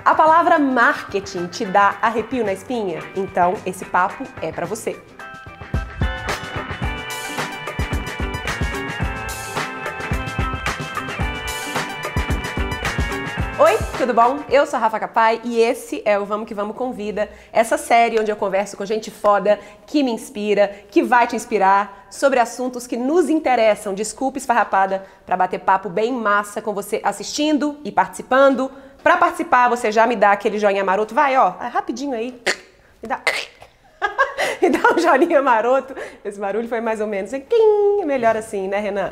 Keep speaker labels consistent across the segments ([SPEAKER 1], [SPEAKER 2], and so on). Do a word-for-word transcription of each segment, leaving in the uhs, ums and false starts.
[SPEAKER 1] A palavra marketing te dá arrepio na espinha? Então, esse papo é pra você. Oi, tudo bom? Eu sou a Rafa Capai e esse é o Vamos Que Vamos Convida, essa série onde eu converso com gente foda, que me inspira, que vai te inspirar, sobre assuntos que nos interessam. Desculpe, esfarrapada, para bater papo bem massa com você assistindo e participando. Para participar, você já me dá aquele joinha maroto, vai, ó, rapidinho aí, me dá... Me dá um joinha maroto. Esse barulho foi mais ou menos assim, é melhor assim, né, Renan?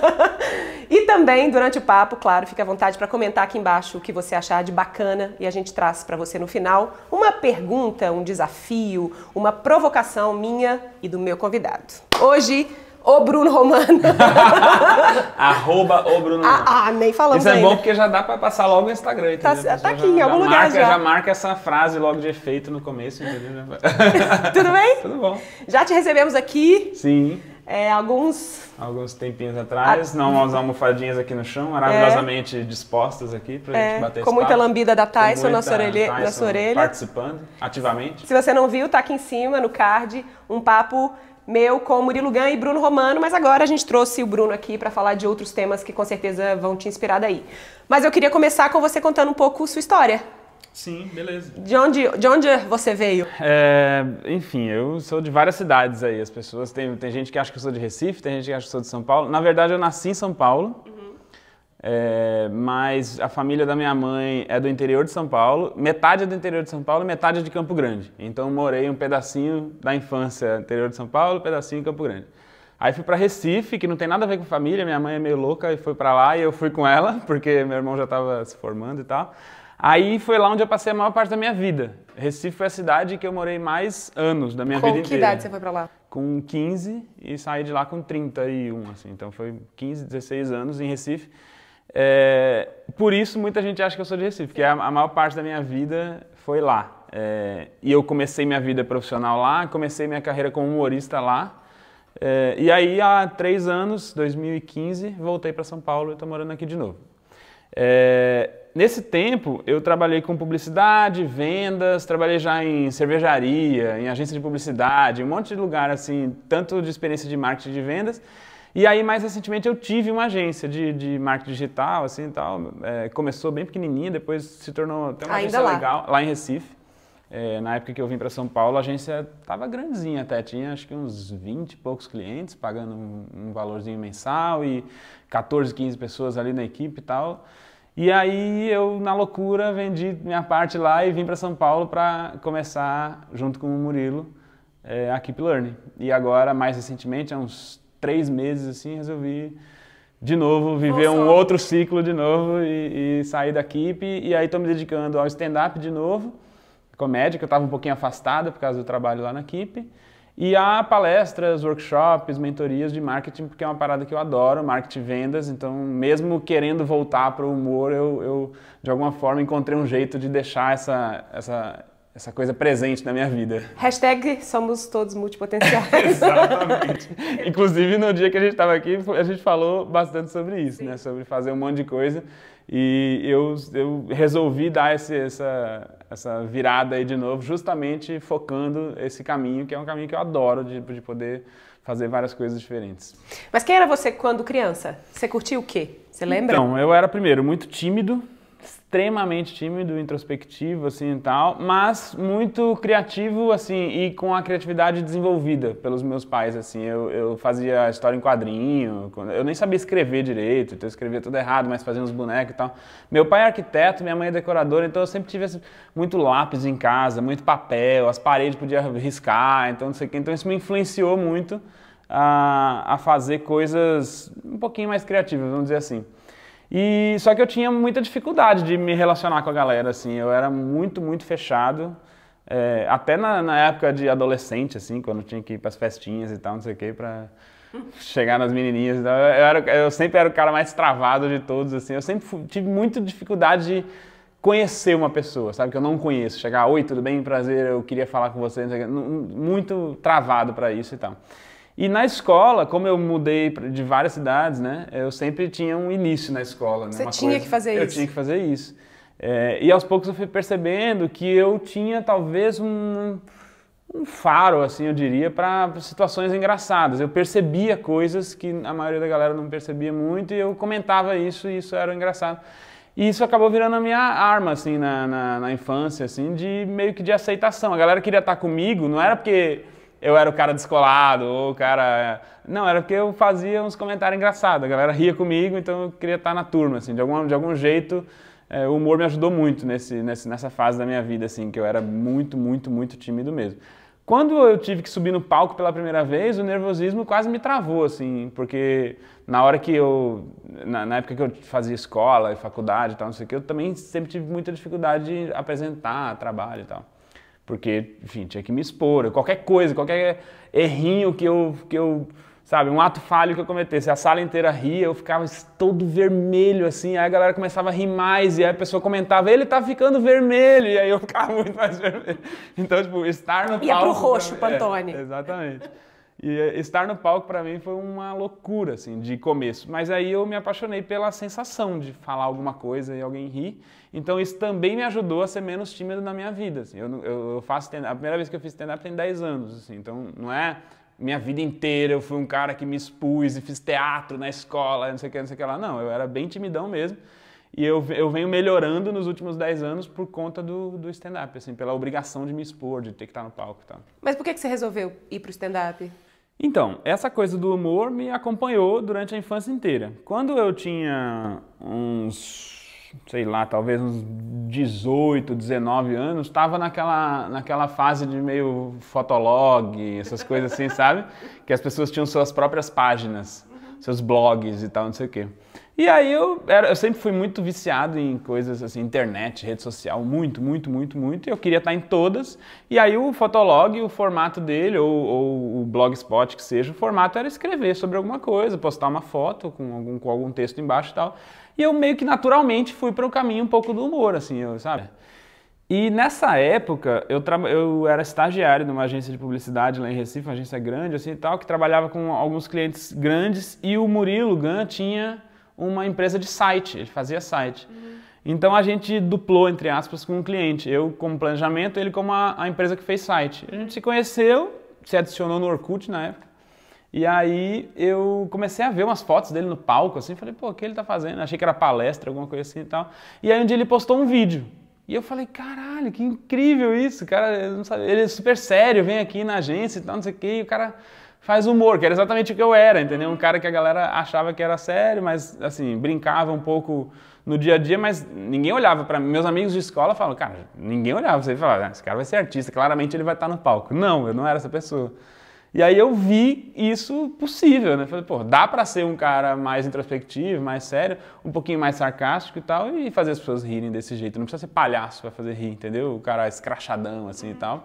[SPEAKER 1] E também, durante o papo, claro, fica à vontade para comentar aqui embaixo o que você achar de bacana e a gente traz para você no final uma pergunta, um desafio, uma provocação minha e do meu convidado. Hoje, o Bruno Romano.
[SPEAKER 2] Arroba o Bruno Romano.
[SPEAKER 1] Ah, ah, nem falamos
[SPEAKER 2] Isso é
[SPEAKER 1] ainda.
[SPEAKER 2] bom porque já dá pra passar logo no Instagram, entendeu?
[SPEAKER 1] Tá, tá aqui,
[SPEAKER 2] já,
[SPEAKER 1] em algum
[SPEAKER 2] já
[SPEAKER 1] lugar
[SPEAKER 2] marca,
[SPEAKER 1] já.
[SPEAKER 2] Já marca essa frase logo de efeito no começo, entendeu?
[SPEAKER 1] Tudo bem?
[SPEAKER 2] Tudo bom.
[SPEAKER 1] Já te recebemos aqui.
[SPEAKER 2] Sim.
[SPEAKER 1] É, alguns...
[SPEAKER 2] Alguns tempinhos atrás, ah, não umas almofadinhas aqui no chão, maravilhosamente é. dispostas aqui pra
[SPEAKER 1] é,
[SPEAKER 2] gente bater esse
[SPEAKER 1] com muita
[SPEAKER 2] papo.
[SPEAKER 1] lambida da Tyson na sua, orelha,
[SPEAKER 2] Tyson
[SPEAKER 1] na sua orelha.
[SPEAKER 2] Participando ativamente.
[SPEAKER 1] Se você não viu, tá aqui em cima, no card, um papo meu com Murilo Gun e Bruno Romano, mas agora a gente trouxe o Bruno aqui para falar de outros temas que com certeza vão te inspirar daí. Mas eu queria começar com você contando um pouco sua história.
[SPEAKER 2] Sim, beleza.
[SPEAKER 1] De onde, de onde você veio?
[SPEAKER 2] É, enfim, eu sou de várias cidades aí. As pessoas, tem, tem gente que acha que eu sou de Recife, tem gente que acha que eu sou de São Paulo. Na verdade, eu nasci em São Paulo, uhum. é, mas a família da minha mãe é do interior de São Paulo. Metade é do interior de São Paulo e metade é de Campo Grande. Então, eu morei um pedacinho da infância no interior de São Paulo, um pedacinho em Campo Grande. Aí fui para Recife, que não tem nada a ver com família. Minha mãe é meio louca e foi para lá e eu fui com ela, porque meu irmão já estava se formando e tal. Aí foi lá onde eu passei a maior parte da minha vida. Recife foi a cidade que eu morei mais anos da minha
[SPEAKER 1] com
[SPEAKER 2] vida inteira.
[SPEAKER 1] Com que idade você foi pra lá?
[SPEAKER 2] Com quinze e saí de lá com trinta e um, assim. Então foi quinze, dezesseis anos em Recife. É, por isso muita gente acha que eu sou de Recife, porque a, a maior parte da minha vida foi lá. É, e eu comecei minha vida profissional lá, comecei minha carreira como humorista lá. É, e aí há três anos, dois mil e quinze, voltei para São Paulo e estou morando aqui de novo. É, nesse tempo, eu trabalhei com publicidade, vendas, trabalhei já em cervejaria, em agência de publicidade, um monte de lugar, assim, tanto de experiência de marketing de vendas. E aí, mais recentemente, eu tive uma agência de, de marketing digital, assim, tal. É, começou bem pequenininha, depois se tornou até uma
[SPEAKER 1] Ainda
[SPEAKER 2] agência
[SPEAKER 1] lá.
[SPEAKER 2] legal, lá em Recife. É, na época que eu vim para São Paulo, a agência estava grandezinha até, tinha acho que uns vinte e poucos clientes, pagando um, um valorzinho mensal e quatorze, quinze pessoas ali na equipe e tal. E aí eu, na loucura, vendi minha parte lá e vim para São Paulo para começar, junto com o Murilo, é, a Keep Learning. E agora, mais recentemente, há uns três meses, assim, resolvi de novo viver Nossa. um outro ciclo de novo e, e sair da Keep. E aí estou me dedicando ao stand-up de novo, comédia, que eu estava um pouquinho afastado por causa do trabalho lá na Keep. E há palestras, workshops, mentorias de marketing, porque é uma parada que eu adoro, marketing e vendas. Então, mesmo querendo voltar para o humor, eu, eu, de alguma forma, encontrei um jeito de deixar essa, essa, essa coisa presente na minha vida.
[SPEAKER 1] Hashtag somos todos multipotenciais.
[SPEAKER 2] Exatamente. Inclusive, no dia que a gente estava aqui, a gente falou bastante sobre isso, né? Sobre fazer um monte de coisa. E eu, eu resolvi dar esse, essa, essa virada aí de novo, justamente focando esse caminho, que é um caminho que eu adoro, de, de poder fazer várias coisas diferentes.
[SPEAKER 1] Mas quem era você quando criança? Você curtia o quê? Você lembra?
[SPEAKER 2] Então, eu era, primeiro, muito tímido, extremamente tímido, introspectivo, assim, e tal, mas muito criativo, assim, e com a criatividade desenvolvida pelos meus pais, assim. Eu, eu fazia história em quadrinho, eu nem sabia escrever direito, então eu escrevia tudo errado, mas fazia uns bonecos e tal. Meu pai é arquiteto, minha mãe é decoradora, então eu sempre tive assim, muito lápis em casa, muito papel, as paredes podia riscar, então não sei o que. Então isso me influenciou muito a, a fazer coisas um pouquinho mais criativas, vamos dizer assim. E, só que eu tinha muita dificuldade de me relacionar com a galera, assim, eu era muito, muito fechado, é, até na, na época de adolescente, assim, quando eu tinha que ir para as festinhas e tal, não sei o que, pra chegar nas menininhas e tal, eu, era, eu sempre era o cara mais travado de todos, assim, eu sempre fui, tive muita dificuldade de conhecer uma pessoa, sabe, que eu não conheço, chegar, oi, tudo bem, prazer, eu queria falar com você, não sei o que, muito travado para isso e tal. E na escola, como eu mudei de várias cidades, né, eu sempre tinha um início na escola. Né,
[SPEAKER 1] Você
[SPEAKER 2] uma
[SPEAKER 1] tinha
[SPEAKER 2] coisa,
[SPEAKER 1] que fazer
[SPEAKER 2] eu
[SPEAKER 1] isso?
[SPEAKER 2] Eu tinha que fazer isso. É, e aos poucos eu fui percebendo que eu tinha talvez um, um faro, assim, eu diria, para situações engraçadas. Eu percebia coisas que a maioria da galera não percebia muito e eu comentava isso e isso era engraçado. E isso acabou virando a minha arma, assim, na, na, na infância, assim, de meio que de aceitação. A galera queria estar comigo, não era porque eu era o cara descolado ou o cara... Não, era porque eu fazia uns comentários engraçados. A galera ria comigo, então eu queria estar na turma, assim, de algum, de algum jeito... É, o humor me ajudou muito nesse, nesse, nessa fase da minha vida, assim, que eu era muito, muito, muito tímido mesmo. Quando eu tive que subir no palco pela primeira vez, o nervosismo quase me travou, assim, porque na hora que eu, na, na época que eu fazia escola e faculdade e tal, não sei o que, eu também sempre tive muita dificuldade de apresentar trabalho e tal. Porque, enfim, tinha que me expor, qualquer coisa, qualquer errinho que eu, que eu sabe, um ato falho que eu cometesse, a sala inteira ria, eu ficava todo vermelho, assim, aí a galera começava a rir mais, e aí a pessoa comentava, ele tá ficando vermelho, e aí eu ficava muito mais vermelho. Então, tipo, estar no palco...
[SPEAKER 1] Ia pro roxo,
[SPEAKER 2] pra...
[SPEAKER 1] Pantone.
[SPEAKER 2] É, exatamente. E estar no palco pra mim foi uma loucura, assim, de começo. Mas aí eu me apaixonei pela sensação de falar alguma coisa e alguém rir. Então isso também me ajudou a ser menos tímido na minha vida, assim. Eu, eu, eu faço stand-up, a primeira vez que eu fiz stand-up tem dez anos, assim, então não é... Minha vida inteira eu fui um cara que me expus e fiz teatro na escola, não sei o que, não sei o que lá. Não, eu era bem timidão mesmo. E eu, eu venho melhorando nos últimos dez anos por conta do, do stand-up, assim, pela obrigação de me expor, de ter que estar no palco e tal.
[SPEAKER 1] Mas por que que você resolveu ir pro stand-up?
[SPEAKER 2] Então, essa coisa do humor me acompanhou durante a infância inteira. Quando eu tinha uns... sei lá, talvez uns dezoito, dezenove anos, estava naquela, naquela fase de meio fotolog, essas coisas assim, sabe? Que as pessoas tinham suas próprias páginas, seus blogs e tal, não sei o quê. E aí eu, era, eu sempre fui muito viciado em coisas assim, internet, rede social, muito, muito, muito, muito, e eu queria estar em todas. E aí o Fotolog, o formato dele, ou, ou o Blogspot, que seja, o formato era escrever sobre alguma coisa, postar uma foto com algum, com algum texto embaixo e tal. E eu meio que naturalmente fui para o caminho um pouco do humor, assim, eu, sabe? E nessa época, eu, eu era estagiário numa agência de publicidade lá em Recife, uma agência grande, assim, e tal, que trabalhava com alguns clientes grandes, e o Murilo Gun tinha uma empresa de site, ele fazia site. Uhum. Então a gente duplou, entre aspas, com um cliente. Eu como planejamento, ele como a, a empresa que fez site. A gente se conheceu, se adicionou no Orkut na época. E aí eu comecei a ver umas fotos dele no palco, assim, falei, pô, o que ele tá fazendo? Achei que era palestra, alguma coisa assim e tal. E aí um dia ele postou um vídeo. E eu falei, caralho, que incrível isso, cara, eu não sabia. Ele é super sério, vem aqui na agência e tal, não sei o quê, e o cara faz humor, que era exatamente o que eu era, entendeu? Um cara que a galera achava que era sério, mas, assim, brincava um pouco no dia a dia, mas ninguém olhava pra mim. Meus amigos de escola falam, cara, ninguém olhava pra você e falava, ah, esse cara vai ser artista, claramente ele vai estar no palco. Não, eu não era essa pessoa. E aí eu vi isso possível, né? Falei, pô, dá pra ser um cara mais introspectivo, mais sério, um pouquinho mais sarcástico e tal, e fazer as pessoas rirem desse jeito. Não precisa ser palhaço pra fazer rir, entendeu? O cara escrachadão, assim, e tal.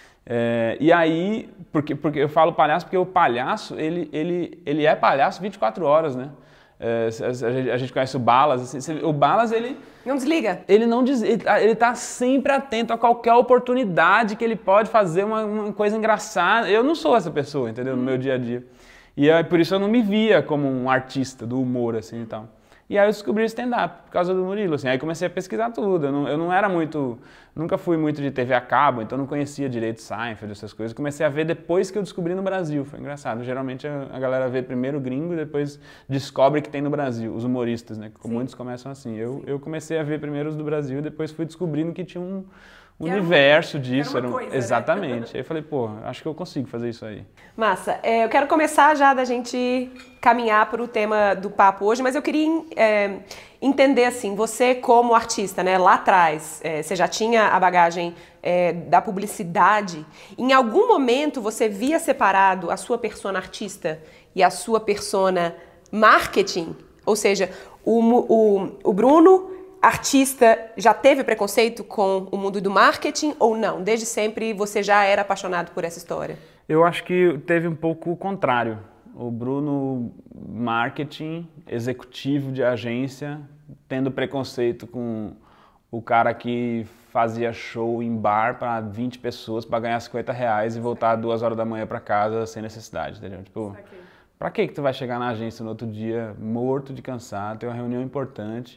[SPEAKER 2] É, e aí, porque, porque eu falo palhaço porque o palhaço, ele, ele, ele é palhaço vinte e quatro horas, né? É, a, gente, a gente conhece o Balas, assim, o Balas, ele...
[SPEAKER 1] Não desliga.
[SPEAKER 2] Ele não des, ele, ele tá sempre atento a qualquer oportunidade que ele pode fazer uma, uma coisa engraçada. Eu não sou essa pessoa, entendeu? No meu dia a dia. E é, por isso eu não me via como um artista do humor, assim, e tal. E aí eu descobri o stand-up por causa do Murilo, assim. Aí comecei a pesquisar tudo. Eu não, eu não era muito... Nunca fui muito de T V a cabo, então não conhecia direito Seinfeld, essas coisas. Comecei a ver depois que eu descobri no Brasil. Foi engraçado. Geralmente a, a galera vê primeiro gringo e depois descobre que tem no Brasil. Os humoristas, né? Sim. Muitos começam assim. Eu, eu comecei a ver primeiro os do Brasil e depois fui descobrindo que tinha um... Que universo uma, disso. Era, uma coisa, exatamente. Né? Aí eu falei, pô, acho que eu consigo fazer isso aí.
[SPEAKER 1] Massa. É, eu quero começar já da gente caminhar para o tema do papo hoje, mas eu queria é, entender, assim, você como artista, né, lá atrás, é, você já tinha a bagagem é, da publicidade. Em algum momento você via separado a sua persona artista e a sua persona marketing? Ou seja, o, o, o Bruno... artista já teve preconceito com o mundo do marketing ou não? Desde sempre você já era apaixonado por essa história?
[SPEAKER 2] Eu acho que teve um pouco o contrário. O Bruno, marketing, executivo de agência, tendo preconceito com o cara que fazia show em bar para vinte pessoas para ganhar cinquenta reais e voltar duas horas da manhã para casa sem necessidade, entendeu? Tipo, pra que que tu vai chegar na agência no outro dia morto de cansado, ter uma reunião importante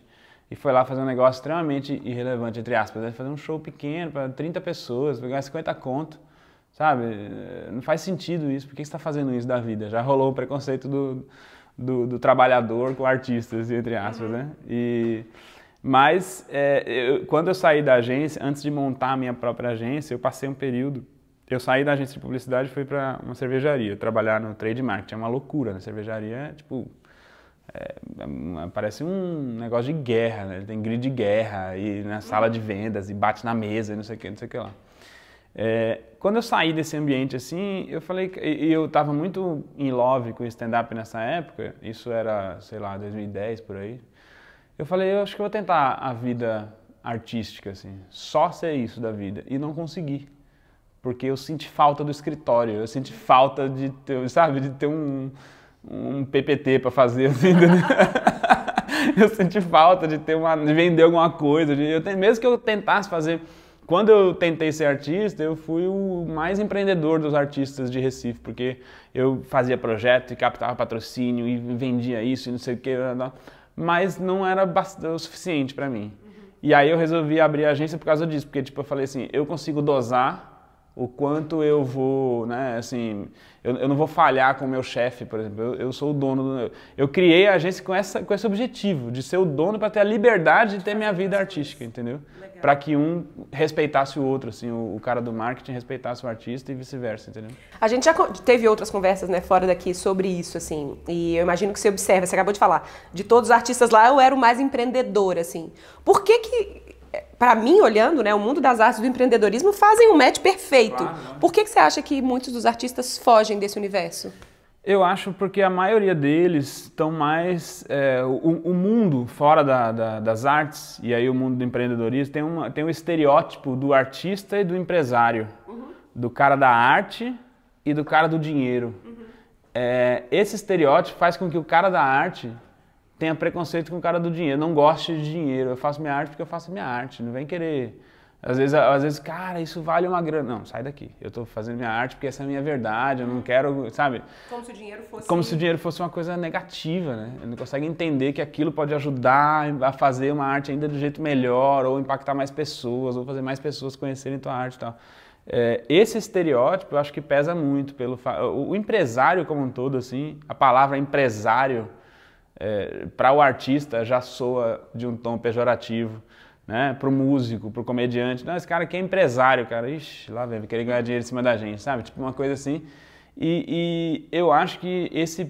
[SPEAKER 2] e foi lá fazer um negócio extremamente irrelevante, entre aspas, né? Fazer um show pequeno para trinta pessoas, pegar cinquenta conto, sabe? Não faz sentido isso, por que você está fazendo isso da vida? Já rolou o preconceito do, do, do trabalhador com o artista, assim, entre aspas, né? E, mas é, eu, quando eu saí da agência, antes de montar a minha própria agência, eu passei um período, eu saí da agência de publicidade e fui para uma cervejaria, trabalhar no trade marketing, é uma loucura, né? Cervejaria é tipo... É, parece um negócio de guerra, né? Tem grito de guerra e na sala de vendas e bate na mesa e não sei o que, não sei o que lá. É, quando eu saí desse ambiente assim, eu falei, e eu estava muito in love com o stand-up nessa época, isso era, sei lá, dois mil e dez por aí, eu falei, eu acho que eu vou tentar a vida artística, assim, só ser isso da vida, e não consegui. Porque eu senti falta do escritório, eu senti falta de ter, sabe, de ter um... um P P T para fazer, assim, eu senti falta de ter uma, de vender alguma coisa, de, eu, mesmo que eu tentasse fazer, quando eu tentei ser artista, eu fui o mais empreendedor dos artistas de Recife, porque eu fazia projeto e captava patrocínio e vendia isso e não sei o que, mas não era o suficiente para mim. E aí eu resolvi abrir a agência por causa disso, porque tipo, eu falei assim, eu consigo dosar o quanto eu vou, né, assim, eu, eu não vou falhar com o meu chefe, por exemplo, eu, eu sou o dono, do, eu criei a agência com, essa, com esse objetivo, de ser o dono para ter a liberdade de ter minha vida artística, entendeu? Para que um respeitasse o outro, assim, o, o cara do marketing respeitasse o artista e vice-versa, entendeu?
[SPEAKER 1] A gente já teve outras conversas, né, fora daqui sobre isso, assim, e eu imagino que você observa, você acabou de falar, de todos os artistas lá, eu era o mais empreendedor, assim. Por que que... Para mim, olhando, né, o mundo das artes e do empreendedorismo fazem um match perfeito. Claro, por que que você acha que muitos dos artistas fogem desse universo?
[SPEAKER 2] Eu acho porque a maioria deles estão mais... É, o, o mundo fora da, da, das artes, e aí o mundo do empreendedorismo, tem, uma, tem um estereótipo do artista e do empresário. Uhum. Do cara da arte e do cara do dinheiro. Uhum. É, esse estereótipo faz com que o cara da arte... tenha preconceito com o cara do dinheiro, não goste de dinheiro, eu faço minha arte porque eu faço minha arte, não vem querer, às vezes, às vezes, cara, isso vale uma grana, não, sai daqui, eu tô fazendo minha arte porque essa é a minha verdade, eu não quero, sabe?
[SPEAKER 1] Como se o dinheiro fosse...
[SPEAKER 2] Como se o dinheiro fosse uma coisa negativa, né? Ele não consegue entender que aquilo pode ajudar a fazer uma arte ainda do jeito melhor, ou impactar mais pessoas, ou fazer mais pessoas conhecerem tua arte e tal. É, esse estereótipo eu acho que pesa muito pelo... O empresário como um todo, assim, a palavra empresário, É, para o artista já soa de um tom pejorativo, né? Para o músico, para o comediante, não, esse cara aqui é empresário, cara, ixi, lá vem, vai querer ganhar dinheiro em cima da gente, sabe? Tipo uma coisa assim. E, e eu acho que esse,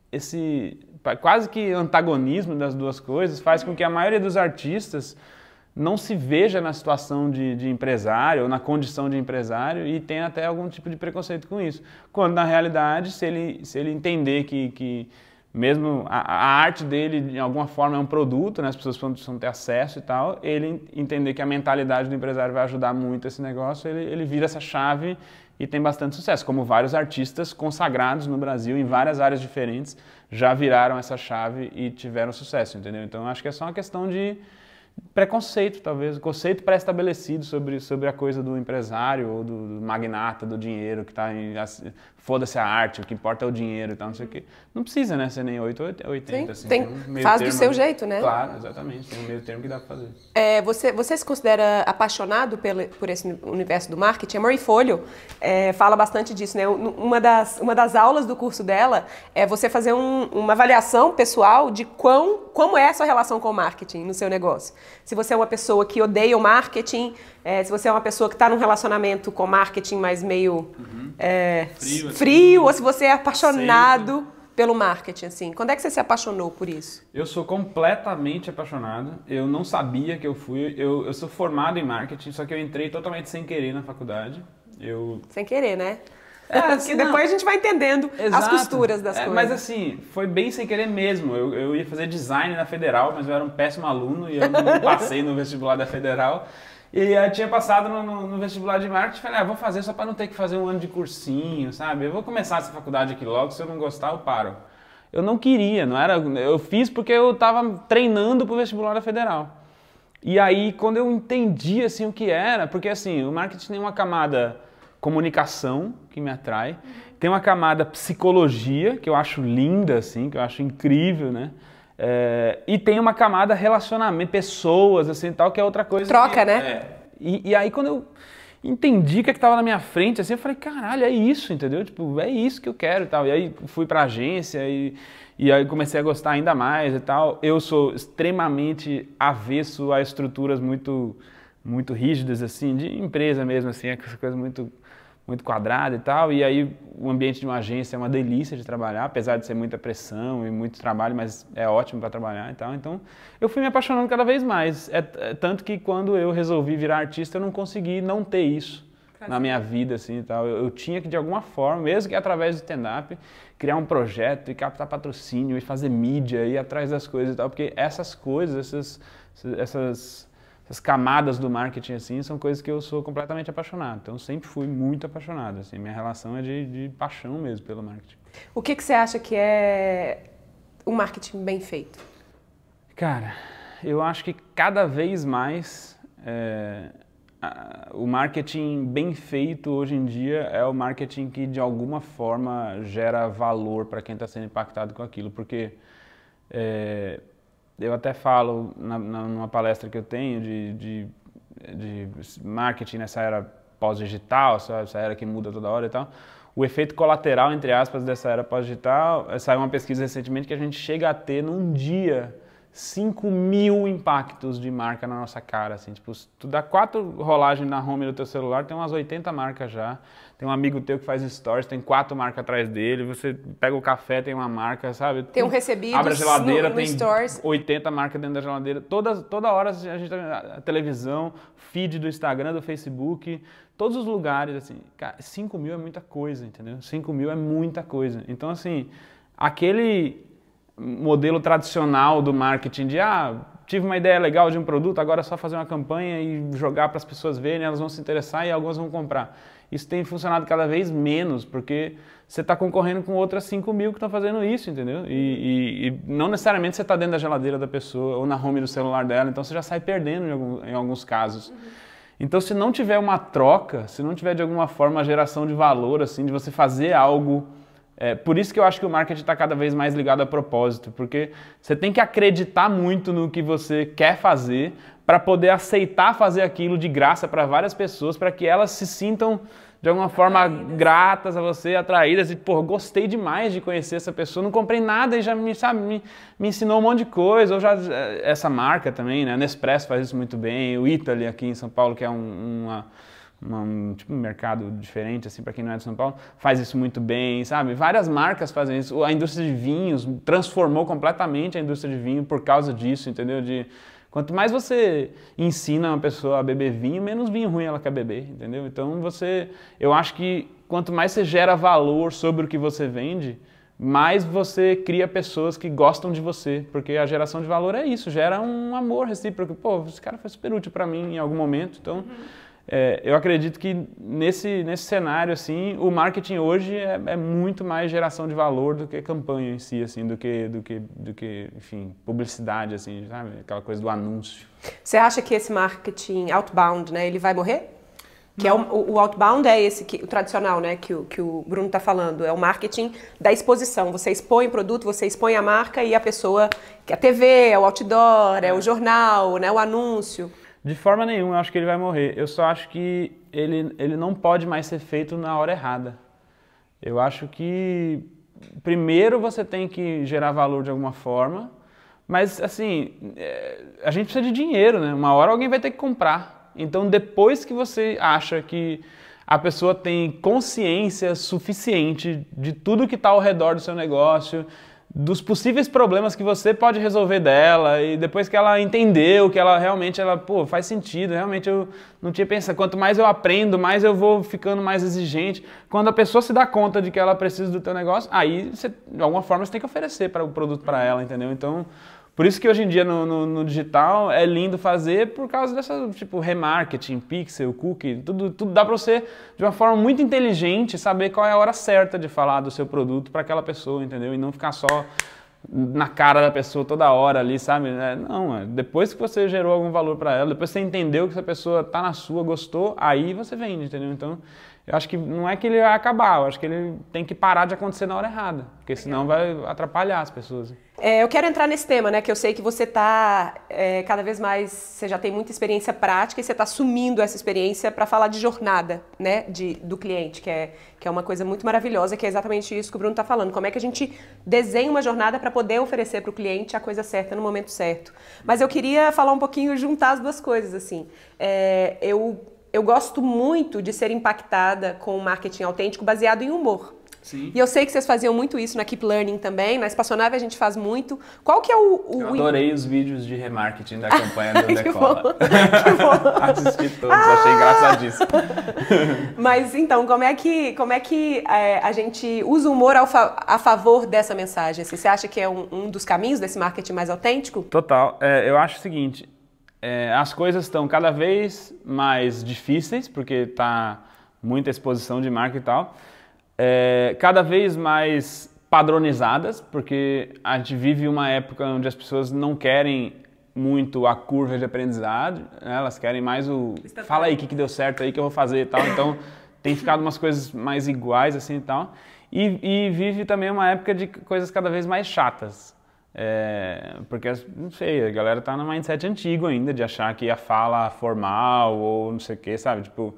[SPEAKER 2] esse quase que antagonismo das duas coisas faz com que a maioria dos artistas não se veja na situação de, de empresário ou na condição de empresário e tenha até algum tipo de preconceito com isso. Quando na realidade, se ele, se ele entender que, que mesmo a, a arte dele, de alguma forma, é um produto, né? As pessoas precisam ter acesso e tal, ele entender que a mentalidade do empresário vai ajudar muito esse negócio, ele, ele vira essa chave e tem bastante sucesso, como vários artistas consagrados no Brasil, em várias áreas diferentes, já viraram essa chave e tiveram sucesso, entendeu? Então, acho que é só uma questão de preconceito, talvez, conceito pré-estabelecido sobre, sobre a coisa do empresário ou do, do magnata do dinheiro que está em... Foda-se a arte, o que importa é o dinheiro e tal, não sei o quê. Não precisa, né, ser nem oito ou oitenta.
[SPEAKER 1] Sim,
[SPEAKER 2] assim,
[SPEAKER 1] tem,
[SPEAKER 2] tem um meio
[SPEAKER 1] faz
[SPEAKER 2] termo,
[SPEAKER 1] do seu jeito, né?
[SPEAKER 2] Claro, exatamente, tem um meio termo que dá pra fazer.
[SPEAKER 1] É, você, você se considera apaixonado pelo, por esse universo do marketing? A Marie Folio é, fala bastante disso, né? Uma das, uma das aulas do curso dela é você fazer um, uma avaliação pessoal de quão, como é a sua relação com o marketing no seu negócio. Se você é uma pessoa que odeia o marketing, é, se você é uma pessoa que está num relacionamento com marketing, mas meio uhum. é, frio, assim, frio, ou se você é apaixonado sempre pelo marketing, assim. Quando é que você se apaixonou por isso?
[SPEAKER 2] Eu sou completamente apaixonado. Eu não sabia que eu fui. Eu, eu sou formado em marketing, só que eu entrei totalmente sem querer na faculdade. Eu...
[SPEAKER 1] Sem querer, né?
[SPEAKER 2] É,
[SPEAKER 1] porque depois não. a gente vai entendendo
[SPEAKER 2] Exato.
[SPEAKER 1] as costuras das
[SPEAKER 2] é,
[SPEAKER 1] coisas.
[SPEAKER 2] Mas assim, foi bem sem querer mesmo. Eu, eu ia fazer design na Federal, mas eu era um péssimo aluno e eu não passei no vestibular da Federal. E eu tinha passado no, no, no vestibular de marketing e falei, ah, vou fazer só para não ter que fazer um ano de cursinho, sabe? Eu vou começar essa faculdade aqui logo, se eu não gostar eu paro. Eu não queria, não era, eu fiz porque eu estava treinando para o vestibular da Federal. E aí, quando eu entendi assim, o que era, porque assim, o marketing tem uma camada comunicação, que me atrai, uhum. tem uma camada psicologia, que eu acho linda, assim, que eu acho incrível, né? É, e tem uma camada relacionamento, pessoas, assim, tal, que é outra coisa.
[SPEAKER 1] Troca,
[SPEAKER 2] que,
[SPEAKER 1] né?
[SPEAKER 2] É, e, e aí quando eu entendi o que estava na minha frente, assim, eu falei, caralho, é isso, entendeu? Tipo, é isso que eu quero e tal. E aí fui pra agência e, e aí comecei a gostar ainda mais e tal. Eu sou extremamente avesso a estruturas muito, muito rígidas, assim, de empresa mesmo, assim, essa coisa muito... muito quadrado e tal, e aí o ambiente de uma agência é uma delícia de trabalhar, apesar de ser muita pressão e muito trabalho, mas é ótimo para trabalhar e tal, então eu fui me apaixonando cada vez mais, é, é, tanto que quando eu resolvi virar artista eu não consegui não ter isso Prazer. na minha vida, assim, e tal, eu, eu tinha que de alguma forma, mesmo que através do stand-up, criar um projeto e captar patrocínio e fazer mídia, ir atrás das coisas e tal, porque essas coisas, essas... essas Essas camadas do marketing, assim, são coisas que eu sou completamente apaixonado. Então, eu sempre fui muito apaixonado, assim. Minha relação é de, de paixão mesmo pelo marketing.
[SPEAKER 1] O que, que você acha que é um marketing bem feito?
[SPEAKER 2] Cara, eu acho que cada vez mais é, a, o marketing bem feito hoje em dia é o marketing que, de alguma forma, gera valor para quem está sendo impactado com aquilo. Porque... É, eu até falo na, na, numa palestra que eu tenho de, de, de marketing nessa era pós-digital, essa era que muda toda hora e tal, o efeito colateral, entre aspas, dessa era pós-digital, saiu uma pesquisa recentemente que a gente chega a ter num dia cinco mil impactos de marca na nossa cara, assim, tipo, se tu dá quatro rolagens na home do teu celular, tem umas oitenta marcas já, tem um amigo teu que faz stories, tem quatro marcas atrás dele, você pega o café, tem uma marca, sabe?
[SPEAKER 1] Tem um recebido,
[SPEAKER 2] abre a geladeira,
[SPEAKER 1] no, no
[SPEAKER 2] tem
[SPEAKER 1] stories.
[SPEAKER 2] oitenta marcas dentro da geladeira, toda, toda hora a gente tá, a televisão, feed do Instagram, do Facebook, todos os lugares, assim, cara, cinco mil é muita coisa, entendeu? cinco mil é muita coisa, então assim, aquele modelo tradicional do marketing de, ah, tive uma ideia legal de um produto, agora é só fazer uma campanha e jogar para as pessoas verem, elas vão se interessar e algumas vão comprar. Isso tem funcionado cada vez menos, porque você está concorrendo com outras cinco mil que estão fazendo isso, entendeu? E, e, e não necessariamente você está dentro da geladeira da pessoa ou na home do celular dela, então você já sai perdendo em, algum, em alguns casos. Uhum. Então, se não tiver uma troca, se não tiver de alguma forma uma geração de valor, assim, de você fazer algo... É, por isso que eu acho que o marketing está cada vez mais ligado a propósito, porque você tem que acreditar muito no que você quer fazer para poder aceitar fazer aquilo de graça para várias pessoas, para que elas se sintam de alguma forma atraídas. gratas a você, atraídas, e pô, gostei demais de conhecer essa pessoa, não comprei nada e já me, sabe, me, me ensinou um monte de coisa, ou já, essa marca também, né, a Nespresso faz isso muito bem, o Italy aqui em São Paulo, que é um, uma... Um, tipo um mercado diferente, assim, para quem não é de São Paulo, faz isso muito bem, sabe? Várias marcas fazem isso. A indústria de vinhos transformou completamente a indústria de vinho por causa disso, entendeu? De, quanto mais você ensina uma pessoa a beber vinho, menos vinho ruim ela quer beber, entendeu? Então você, eu acho que quanto mais você gera valor sobre o que você vende, mais você cria pessoas que gostam de você, porque a geração de valor é isso, gera um amor recíproco. Pô, esse cara foi super útil para mim em algum momento, então... Uhum. É, eu acredito que nesse, nesse cenário, assim, o marketing hoje é, é muito mais geração de valor do que campanha em si, assim, do que, do que, do que, enfim, publicidade, assim, sabe? Aquela coisa do anúncio.
[SPEAKER 1] Você acha que esse marketing outbound, né, ele vai morrer? Que é o, o outbound é esse, que, o tradicional, né, que o, que o Bruno está falando, é o marketing da exposição. Você expõe o produto, você expõe a marca e a pessoa, que a T V, é o outdoor, é o jornal, né, o anúncio.
[SPEAKER 2] De forma nenhuma, eu acho que ele vai morrer. Eu só acho que ele, ele não pode mais ser feito na hora errada. Eu acho que primeiro você tem que gerar valor de alguma forma, mas assim, a gente precisa de dinheiro, né? Uma hora alguém vai ter que comprar. Então depois que você acha que a pessoa tem consciência suficiente de tudo que está ao redor do seu negócio, dos possíveis problemas que você pode resolver dela, e depois que ela entendeu que ela realmente, ela, pô, faz sentido, realmente eu não tinha pensado, quanto mais eu aprendo, mais eu vou ficando mais exigente. Quando a pessoa se dá conta de que ela precisa do teu negócio, aí você, de alguma forma você tem que oferecer para o produto para ela, entendeu? Então, por isso que hoje em dia no, no, no digital é lindo fazer por causa dessa, tipo, remarketing, pixel, cookie, tudo, tudo dá para você, de uma forma muito inteligente, saber qual é a hora certa de falar do seu produto para aquela pessoa, entendeu? E não ficar só na cara da pessoa toda hora ali, sabe? Não, depois que você gerou algum valor para ela, depois que você entendeu que essa pessoa tá na sua, gostou, aí você vende, entendeu? Então, eu acho que não é que ele vai acabar, eu acho que ele tem que parar de acontecer na hora errada, porque senão vai atrapalhar as pessoas.
[SPEAKER 1] É, eu quero entrar nesse tema, né, que eu sei que você está é, cada vez mais, você já tem muita experiência prática e você está assumindo essa experiência para falar de jornada, né, de, do cliente, que é, que é uma coisa muito maravilhosa, que é exatamente isso que o Bruno está falando. Como é que a gente desenha uma jornada para poder oferecer para o cliente a coisa certa no momento certo. Mas eu queria falar um pouquinho, juntar as duas coisas, assim. É, eu, eu gosto muito de ser impactada com o marketing autêntico baseado em humor.
[SPEAKER 2] Sim.
[SPEAKER 1] E eu sei que vocês faziam muito isso na Keep Learning também, na Espaçonave a gente faz muito. Qual que é o... o...
[SPEAKER 2] Eu adorei os vídeos de remarketing da campanha do Decola.
[SPEAKER 1] Que bom.
[SPEAKER 2] Assisti todos, ah! Achei engraçadíssimo.
[SPEAKER 1] Mas então, como é que, como é que é, a gente usa o humor ao fa a favor dessa mensagem? Assim, você acha que é um, um dos caminhos desse marketing mais autêntico?
[SPEAKER 2] Total. É, eu acho o seguinte, é, as coisas estão cada vez mais difíceis, porque está muita exposição de marca e tal. É, cada vez mais padronizadas, porque a gente vive uma época onde as pessoas não querem muito a curva de aprendizado, né? Elas querem mais o fala aí o que, que deu certo aí que eu vou fazer e tal, então tem ficado umas coisas mais iguais assim e tal, e, e vive também uma época de coisas cada vez mais chatas, é, porque, não sei, a galera tá no mindset antigo ainda, de achar que a fala formal ou não sei o que, sabe, tipo...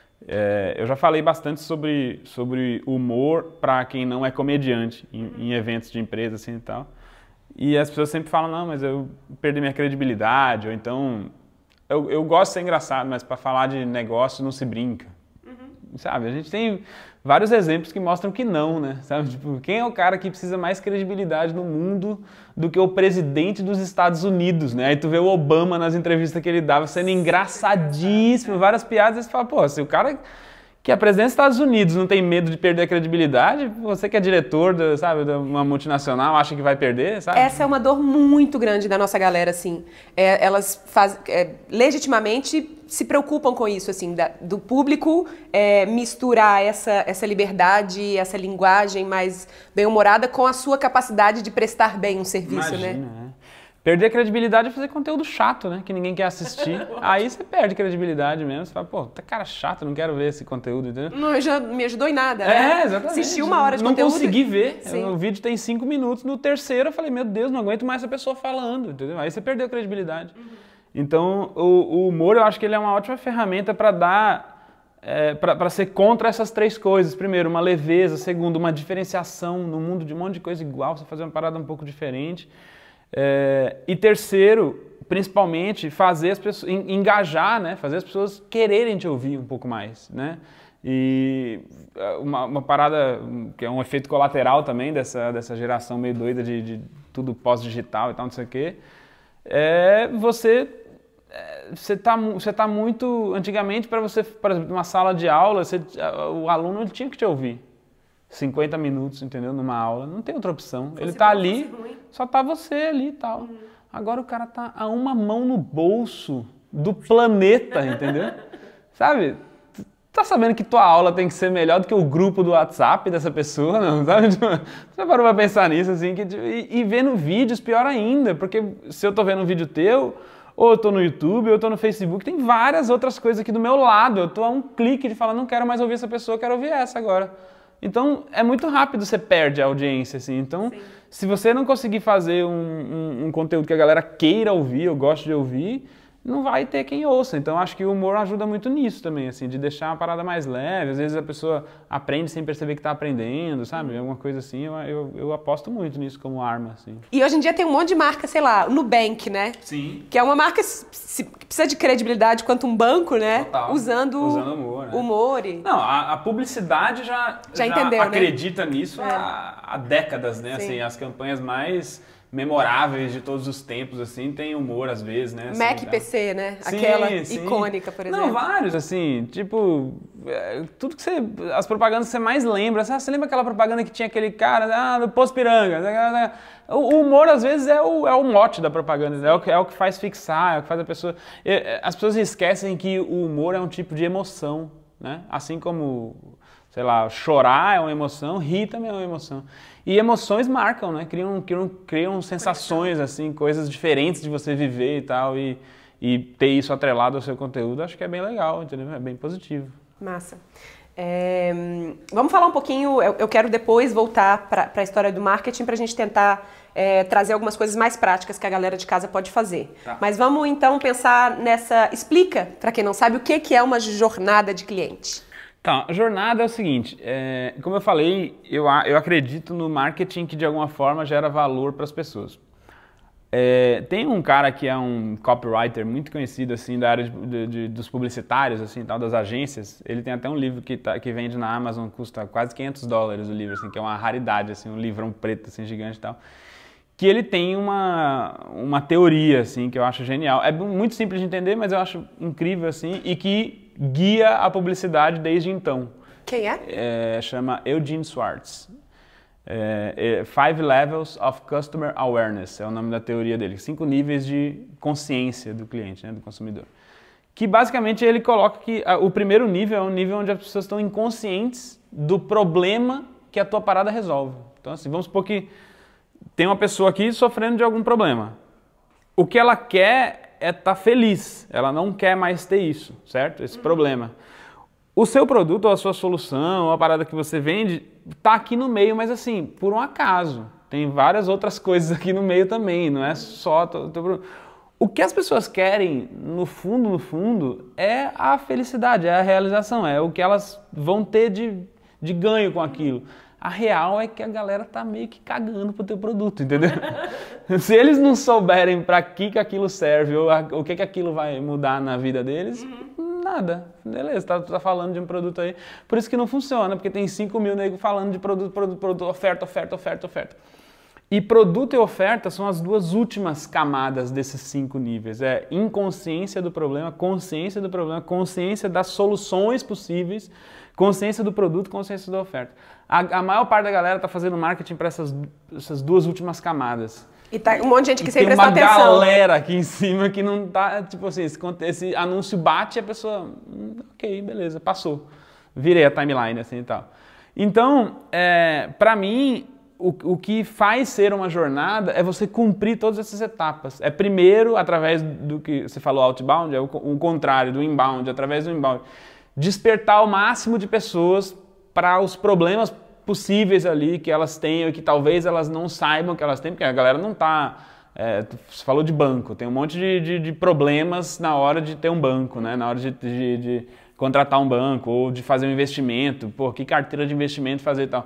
[SPEAKER 2] É, eu já falei bastante sobre, sobre humor para quem não é comediante em, em eventos de empresa assim e tal. E as pessoas sempre falam, não, mas eu perdi minha credibilidade, ou então... Eu, eu gosto de ser engraçado, mas para falar de negócio não se brinca. Uhum. Sabe, a gente tem vários exemplos que mostram que não, né? Sabe, tipo, quem é o cara que precisa mais credibilidade no mundo do que o presidente dos Estados Unidos, né? Aí tu vê o Obama nas entrevistas que ele dava sendo engraçadíssimo, várias piadas, e você fala, pô, se o cara que é presidente dos Estados Unidos não tem medo de perder a credibilidade, você que é diretor, de, sabe, de uma multinacional, acha que vai perder, sabe?
[SPEAKER 1] Essa é uma dor muito grande da nossa galera, assim. É, elas faz, é, legitimamente se preocupam com isso, assim, da, do público é, misturar essa, essa liberdade, essa linguagem mais bem-humorada com a sua capacidade de prestar bem um serviço,
[SPEAKER 2] Imagina,
[SPEAKER 1] né?
[SPEAKER 2] né? Perder a credibilidade é fazer conteúdo chato, né? Que ninguém quer assistir. Aí você perde credibilidade mesmo. Você fala, pô, tá cara chato, não quero ver esse conteúdo, entendeu?
[SPEAKER 1] Não já me ajudou em nada,
[SPEAKER 2] É,
[SPEAKER 1] né?
[SPEAKER 2] exatamente.
[SPEAKER 1] Assisti uma hora de
[SPEAKER 2] não
[SPEAKER 1] conteúdo.
[SPEAKER 2] Não consegui ver.
[SPEAKER 1] Sim.
[SPEAKER 2] O vídeo tem cinco minutos. No terceiro eu falei, meu Deus, não aguento mais essa pessoa falando, entendeu? Aí você perdeu a credibilidade. Uhum. Então, o, o humor, eu acho que ele é uma ótima ferramenta para dar... É, para ser contra essas três coisas. Primeiro, uma leveza. Segundo, uma diferenciação no mundo de um monte de coisa igual. Você fazer uma parada um pouco diferente. É, e terceiro, principalmente, fazer as pessoas, engajar, né? Fazer as pessoas quererem te ouvir um pouco mais, né? E uma, uma parada que é um efeito colateral também dessa, dessa geração meio doida de, de tudo pós-digital e tal, não sei o quê, é você... Você está você tá muito... Antigamente, para você, por exemplo, numa sala de aula, você, o aluno ele tinha que te ouvir. cinquenta minutos, entendeu? Numa aula, não tem outra opção. Ele tá ali, só tá você ali e tal. Uhum. Agora o cara tá a uma mão no bolso do planeta, entendeu? Sabe? Tu tá sabendo que tua aula tem que ser melhor do que o grupo do WhatsApp dessa pessoa, não? Sabe? Você parou pra pensar nisso, assim, que, e, e vendo vídeos, pior ainda, porque se eu tô vendo um vídeo teu, ou eu tô no YouTube, ou eu tô no Facebook, tem várias outras coisas aqui do meu lado. Eu tô a um clique de falar, não quero mais ouvir essa pessoa, quero ouvir essa agora. Então, é muito rápido, você perde a audiência, assim. Então, sim, se você não conseguir fazer um, um, um conteúdo que a galera queira ouvir, ou goste de ouvir, não vai ter quem ouça. Então, acho que o humor ajuda muito nisso também, assim, de deixar uma parada mais leve. Às vezes a pessoa aprende sem perceber que está aprendendo, sabe? Alguma coisa assim, eu, eu, eu aposto muito nisso como arma, assim.
[SPEAKER 1] E hoje em dia tem um monte de marca, sei lá, Nubank, né?
[SPEAKER 2] Sim.
[SPEAKER 1] Que é uma marca que precisa de credibilidade quanto um banco, né?
[SPEAKER 2] Total.
[SPEAKER 1] Usando,
[SPEAKER 2] Usando humor, né?
[SPEAKER 1] humor e...
[SPEAKER 2] Não, a, a publicidade já,
[SPEAKER 1] já,
[SPEAKER 2] já
[SPEAKER 1] entendeu,
[SPEAKER 2] acredita
[SPEAKER 1] né?
[SPEAKER 2] nisso
[SPEAKER 1] é.
[SPEAKER 2] há, há décadas, né? Assim, as campanhas mais memoráveis de todos os tempos, assim, tem humor às vezes, né? Assim,
[SPEAKER 1] Mac
[SPEAKER 2] tá?
[SPEAKER 1] P C, né?
[SPEAKER 2] Sim,
[SPEAKER 1] Aquela
[SPEAKER 2] sim.
[SPEAKER 1] icônica, por exemplo.
[SPEAKER 2] Não, vários, assim, tipo, é, tudo que você, as propagandas que você mais lembra, ah, você lembra aquela propaganda que tinha aquele cara, ah, do Poço Piranga, o humor às vezes é o, é o mote da propaganda, é o, que, é o que faz fixar, é o que faz a pessoa, as pessoas esquecem que o humor é um tipo de emoção, né? Assim como, sei lá, chorar é uma emoção, rir também é uma emoção. E emoções marcam, né? Criam, criam, criam sensações, assim, coisas diferentes de você viver e tal. E, e ter isso atrelado ao seu conteúdo, acho que é bem legal, entendeu? É bem positivo.
[SPEAKER 1] Massa. É, vamos falar um pouquinho, eu, eu quero depois voltar para a história do marketing para a gente tentar é, trazer algumas coisas mais práticas que a galera de casa pode fazer.
[SPEAKER 2] Tá.
[SPEAKER 1] Mas vamos então pensar nessa... Explica, para quem não sabe, o que, que é uma jornada de cliente.
[SPEAKER 2] Então, a jornada é o seguinte, é, como eu falei, eu, eu acredito no marketing que de alguma forma gera valor para as pessoas. É, tem um cara que é um copywriter muito conhecido assim da área de, de, de, dos publicitários, assim, tal, das agências. Ele tem até um livro que, tá, que vende na Amazon, custa quase quinhentos dólares o livro, assim, que é uma raridade, assim, um livrão preto assim, gigante e tal. Que ele tem uma, uma teoria assim, que eu acho genial. É muito simples de entender, mas eu acho incrível assim, e que guia a publicidade desde então.
[SPEAKER 1] Quem é?
[SPEAKER 2] É chama Eugene Schwartz. É, é, Five Levels of Customer Awareness é o nome da teoria dele. Cinco níveis de consciência do cliente, né, do consumidor. Que basicamente ele coloca que a, o primeiro nível é um nível onde as pessoas estão inconscientes do problema que a tua parada resolve. Então assim, vamos supor que tem uma pessoa aqui sofrendo de algum problema. O que ela quer é estar feliz. Ela não quer mais ter isso, certo? Esse uhum. problema. O seu produto ou a sua solução, ou a parada que você vende, está aqui no meio, mas assim, por um acaso. Tem várias outras coisas aqui no meio também, não é só... Teu, teu produto. O que as pessoas querem, no fundo, no fundo, é a felicidade, é a realização, é o que elas vão ter de, de ganho com aquilo. A real é que a galera tá meio que cagando pro teu produto, entendeu? Se eles não souberem para que que aquilo serve ou a, o que que aquilo vai mudar na vida deles, uhum. nada. Beleza, tá, tá falando de um produto aí. Por isso que não funciona, porque tem cinco mil negros falando de produto, produto, produto, oferta, oferta, oferta, oferta. E produto e oferta são as duas últimas camadas desses cinco níveis. É inconsciência do problema, consciência do problema, consciência das soluções possíveis, consciência do produto, consciência da oferta. A, a maior parte da galera está fazendo marketing para essas, essas duas últimas camadas.
[SPEAKER 1] E tá um monte de gente que
[SPEAKER 2] e
[SPEAKER 1] sem prestar atenção.
[SPEAKER 2] Tem uma galera aqui em cima que não tá, tipo assim, esse, esse anúncio bate e a pessoa, hum, ok, beleza, passou. Virei a timeline assim e tal. Então, é, para mim, o, o que faz ser uma jornada é você cumprir todas essas etapas. É primeiro, através do que você falou, outbound, é o, o contrário do inbound, através do inbound. Despertar o máximo de pessoas para os problemas possíveis ali que elas tenham e que talvez elas não saibam que elas têm, porque a galera não está... É, você falou de banco, tem um monte de, de, de problemas na hora de ter um banco, né? Na hora de, de, de contratar um banco ou de fazer um investimento, pô, que carteira de investimento fazer e tal.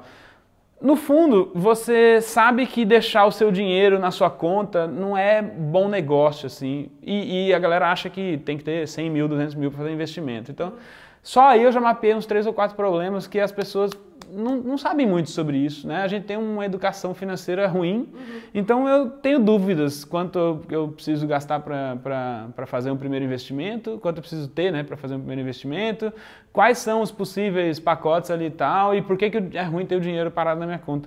[SPEAKER 2] No fundo, você sabe que deixar o seu dinheiro na sua conta não é bom negócio, assim, e, e a galera acha que tem que ter cem mil, duzentos mil para fazer investimento. Então, só aí eu já mapeei uns três ou quatro problemas que as pessoas não, não sabem muito sobre isso, né? A gente tem uma educação financeira ruim, uhum. Então eu tenho dúvidas quanto eu, eu preciso gastar para fazer um primeiro investimento, quanto eu preciso ter, né, para fazer um primeiro investimento, quais são os possíveis pacotes ali e tal, e por que, que é ruim ter o dinheiro parado na minha conta.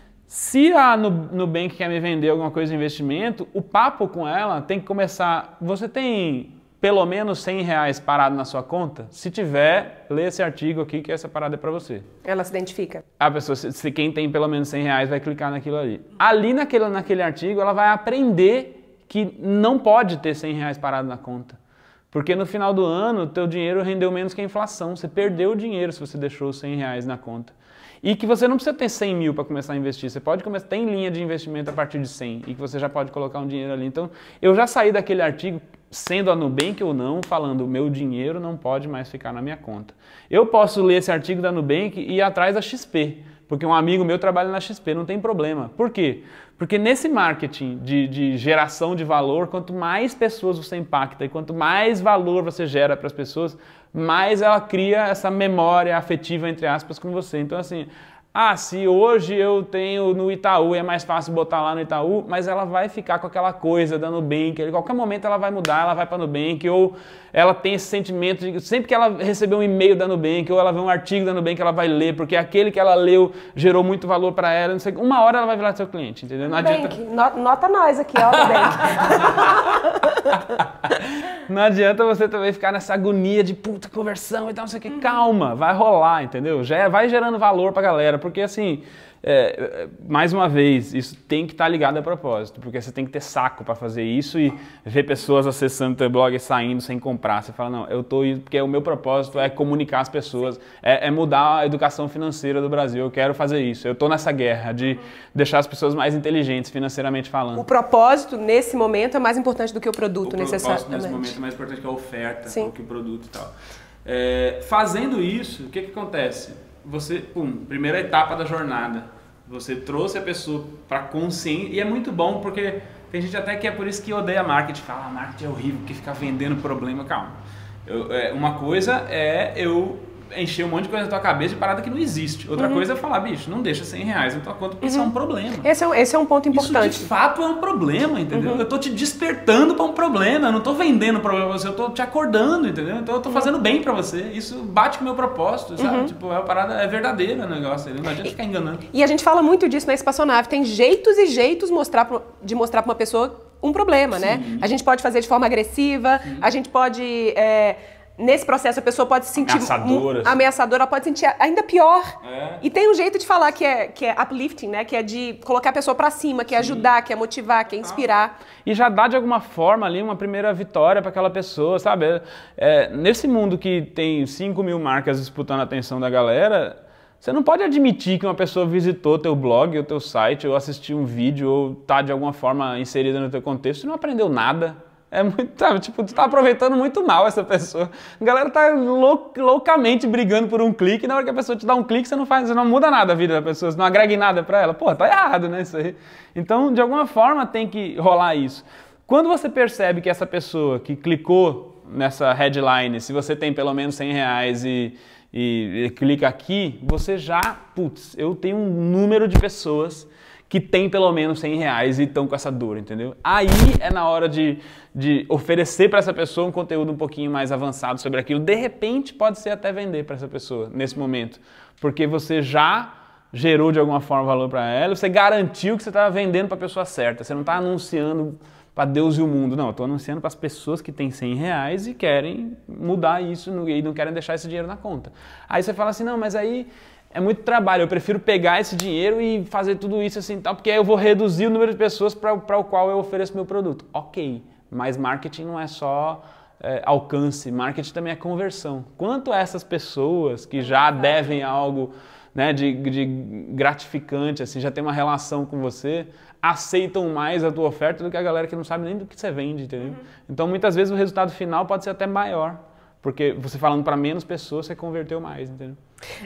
[SPEAKER 2] Se a Nubank quer me vender alguma coisa de investimento, o papo com ela tem que começar... Você tem pelo menos cem reais parado na sua conta? Se tiver, lê esse artigo aqui que essa parada é para você.
[SPEAKER 1] Ela se identifica?
[SPEAKER 2] A pessoa, se, se quem tem pelo menos cem reais vai clicar naquilo ali. Ali naquele, naquele artigo ela vai aprender que não pode ter cem reais parado na conta. Porque no final do ano o teu dinheiro rendeu menos que a inflação. Você perdeu o dinheiro se você deixou cem reais na conta. E que você não precisa ter cem mil para começar a investir. Você pode começar, tem linha de investimento a partir de cem e que você já pode colocar um dinheiro ali. Então, eu já saí daquele artigo, sendo a Nubank ou não, falando meu dinheiro não pode mais ficar na minha conta. Eu posso ler esse artigo da Nubank e ir atrás da X P, porque um amigo meu trabalha na X P, não tem problema. Por quê? Porque nesse marketing de, de geração de valor, quanto mais pessoas você impacta e quanto mais valor você gera para as pessoas, mais ela cria essa memória afetiva, entre aspas, com você. Então, assim, ah, se hoje eu tenho no Itaú, é mais fácil botar lá no Itaú, mas ela vai ficar com aquela coisa da Nubank, em qualquer momento ela vai mudar, ela vai para a Nubank, ou ela tem esse sentimento de que sempre que ela receber um e-mail da Nubank, ou ela vê um artigo da Nubank, ela vai ler, porque aquele que ela leu gerou muito valor para ela, não sei, uma hora ela vai virar seu cliente, entendeu? Não
[SPEAKER 1] Nubank, adianta... nota nós aqui, ó, Nubank.
[SPEAKER 2] Não adianta você também ficar nessa agonia de puta conversão e tal, não sei o que, calma, vai rolar, entendeu? Já vai gerando valor para a galera. porque assim, é, mais uma vez, isso tem que estar ligado a propósito, porque você tem que ter saco para fazer isso e ver pessoas acessando o teu blog e saindo sem comprar. Você fala, não, eu tô indo porque o meu propósito é comunicar as pessoas, é, é mudar a educação financeira do Brasil, eu quero fazer isso, eu tô nessa guerra de deixar as pessoas mais inteligentes financeiramente falando.
[SPEAKER 1] O propósito, nesse momento, é mais importante do que o produto, necessariamente.
[SPEAKER 2] O propósito, nesse momento, é mais importante que a oferta,
[SPEAKER 1] Sim.
[SPEAKER 2] do que o produto e tal. É, fazendo isso, o que que acontece? Você, pum, primeira etapa da jornada, você trouxe a pessoa para consciência, e é muito bom porque tem gente até que é por isso que odeia marketing, fala, ah, marketing é horrível, porque fica vendendo problema, calma. Eu, é, uma coisa é eu encher um monte de coisa na tua cabeça de parada que não existe. Outra uhum. coisa é falar, bicho, não deixa cem reais na tua conta porque uhum. isso é um problema.
[SPEAKER 1] Esse é, esse é um ponto importante.
[SPEAKER 2] Isso de fato é um problema, entendeu? Uhum. Eu tô te despertando para um problema, eu não tô vendendo problema pra você, eu tô te acordando, entendeu? Então eu tô fazendo bem para você. Isso bate com o meu propósito, sabe? Uhum. Tipo, é uma parada, é verdadeira o negócio, não adianta ficar enganando.
[SPEAKER 1] E a gente fala muito disso na Espaçonave, tem jeitos e jeitos mostrar pro, de mostrar para uma pessoa um problema, Sim. né? A gente pode fazer de forma agressiva, Sim. a gente pode... É, nesse processo a pessoa pode se sentir
[SPEAKER 2] ameaçadora,
[SPEAKER 1] um, ameaçadora, ela pode se sentir ainda pior. É. E tem um jeito de falar que é, que é uplifting, né? Que é de colocar a pessoa pra cima, que é ajudar, que é motivar, que é inspirar.
[SPEAKER 2] E já dá de alguma forma ali uma primeira vitória para aquela pessoa, sabe? É, nesse mundo que tem cinco mil marcas disputando a atenção da galera, você não pode admitir que uma pessoa visitou teu blog, ou teu site, ou assistiu um vídeo, ou tá de alguma forma inserida no teu contexto e não aprendeu nada. É muito, sabe, tipo, tu tá aproveitando muito mal essa pessoa. A galera tá lou loucamente brigando por um clique, e na hora que a pessoa te dá um clique, você não faz, você não muda nada a vida da pessoa, você não agrega em nada pra ela. Pô, tá errado, né, isso aí. Então, de alguma forma, tem que rolar isso. Quando você percebe que essa pessoa que clicou nessa headline, se você tem pelo menos cem reais e, e, e clica aqui, você já, putz, eu tenho um número de pessoas que tem pelo menos cem reais e estão com essa dor, entendeu? Aí é na hora de, de oferecer para essa pessoa um conteúdo um pouquinho mais avançado sobre aquilo. De repente pode ser até vender para essa pessoa nesse momento, porque você já gerou de alguma forma valor para ela, você garantiu que você estava vendendo para a pessoa certa, você não está anunciando para Deus e o mundo, não, eu estou anunciando para as pessoas que têm cem reais e querem mudar isso e não querem deixar esse dinheiro na conta. Aí você fala assim, não, mas aí... é muito trabalho, eu prefiro pegar esse dinheiro e fazer tudo isso assim, tal, porque aí eu vou reduzir o número de pessoas para o qual eu ofereço meu produto. Ok, mas marketing não é só é, alcance, marketing também é conversão. Quanto a essas pessoas que já devem algo, né, de, de gratificante, assim, já tem uma relação com você, aceitam mais a tua oferta do que a galera que não sabe nem do que você vende, entendeu? Uhum. Então muitas vezes o resultado final pode ser até maior, porque você falando para menos pessoas, você converteu mais, entendeu?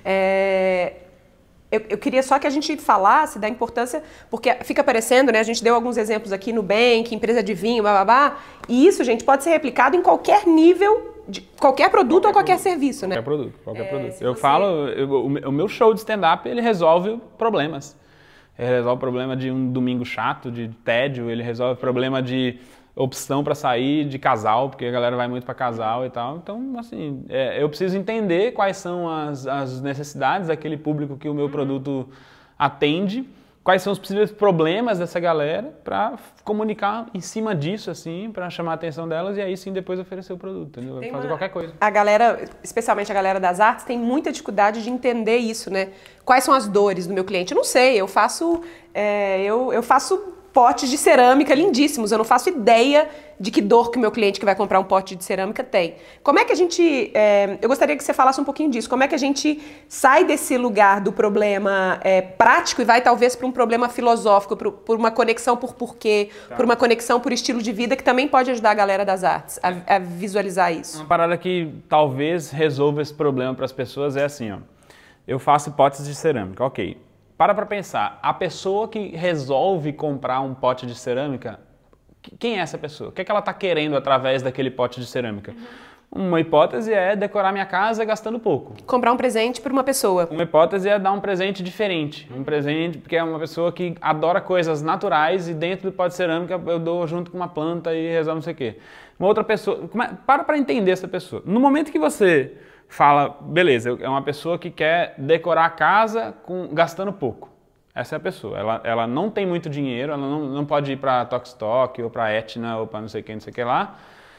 [SPEAKER 1] É, eu, eu queria só que a gente falasse da importância, porque fica parecendo, né? A gente deu alguns exemplos aqui, Nubank, empresa de vinho, bababá, e isso, gente, pode ser replicado em qualquer nível, de qualquer produto qualquer ou qualquer produto, serviço,
[SPEAKER 2] qualquer
[SPEAKER 1] né?
[SPEAKER 2] Produto, qualquer
[SPEAKER 1] é,
[SPEAKER 2] produto. Eu
[SPEAKER 1] você...
[SPEAKER 2] falo, eu, o meu show de stand-up, ele resolve problemas. Ele resolve o problema de um domingo chato, de tédio, ele resolve o problema de... opção para sair de casal, porque a galera vai muito para casal e tal. Então, assim, é, eu preciso entender quais são as, as necessidades daquele público que o meu produto atende, quais são os possíveis problemas dessa galera, para comunicar em cima disso, assim, para chamar a atenção delas e aí sim depois oferecer o produto, entendeu? Fazer uma... qualquer coisa.
[SPEAKER 1] A galera, especialmente a galera das artes, tem muita dificuldade de entender isso, né? Quais são as dores do meu cliente? Eu não sei, eu faço... É, eu, eu faço... potes de cerâmica lindíssimos, eu não faço ideia de que dor que o meu cliente que vai comprar um pote de cerâmica tem. Como é que a gente, é, eu gostaria que você falasse um pouquinho disso, como é que a gente sai desse lugar do problema é, prático e vai talvez para um problema filosófico, por, por uma conexão por porquê, tá. por uma conexão por estilo de vida que também pode ajudar a galera das artes a, a visualizar isso.
[SPEAKER 2] Uma parada que talvez resolva esse problema para as pessoas é assim, ó, eu faço potes de cerâmica, ok. Para para pensar, a pessoa que resolve comprar um pote de cerâmica, quem é essa pessoa? O que é que ela está querendo através daquele pote de cerâmica? Uhum. Uma hipótese é decorar minha casa gastando pouco.
[SPEAKER 1] Comprar um presente para uma pessoa.
[SPEAKER 2] Uma hipótese é dar um presente diferente. Um presente, porque é uma pessoa que adora coisas naturais e dentro do pote de cerâmica eu dou junto com uma planta e resolve não sei o quê. Uma outra pessoa, para para entender essa pessoa. No momento que você... fala, beleza, é uma pessoa que quer decorar a casa com, gastando pouco. Essa é a pessoa. Ela, ela não tem muito dinheiro, ela não, não pode ir para Tokstok ou para Etna ou para não sei quem, não sei o que lá.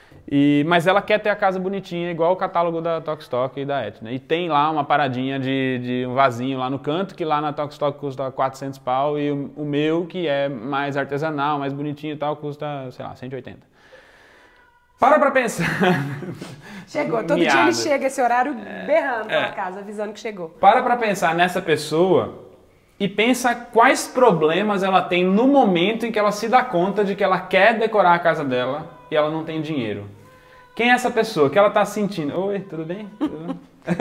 [SPEAKER 2] E, mas ela quer ter a casa bonitinha, igual o catálogo da Tokstok e da Etna. E tem lá uma paradinha de, de um vasinho lá no canto, que lá na Tokstok custa quatrocentos pau, e o, o meu, que é mais artesanal, mais bonitinho e tal, custa, sei lá, cento e oitenta. Para pra pensar.
[SPEAKER 1] Chegou, todo
[SPEAKER 2] Miada.
[SPEAKER 1] dia ele chega esse horário berrando pela
[SPEAKER 2] é.
[SPEAKER 1] casa, avisando que chegou.
[SPEAKER 2] Para pra pensar nessa pessoa e pensa quais problemas ela tem no momento em que ela se dá conta de que ela quer decorar a casa dela e ela não tem dinheiro. Quem é essa pessoa? O que ela está sentindo? Oi, tudo bem? Tudo bem?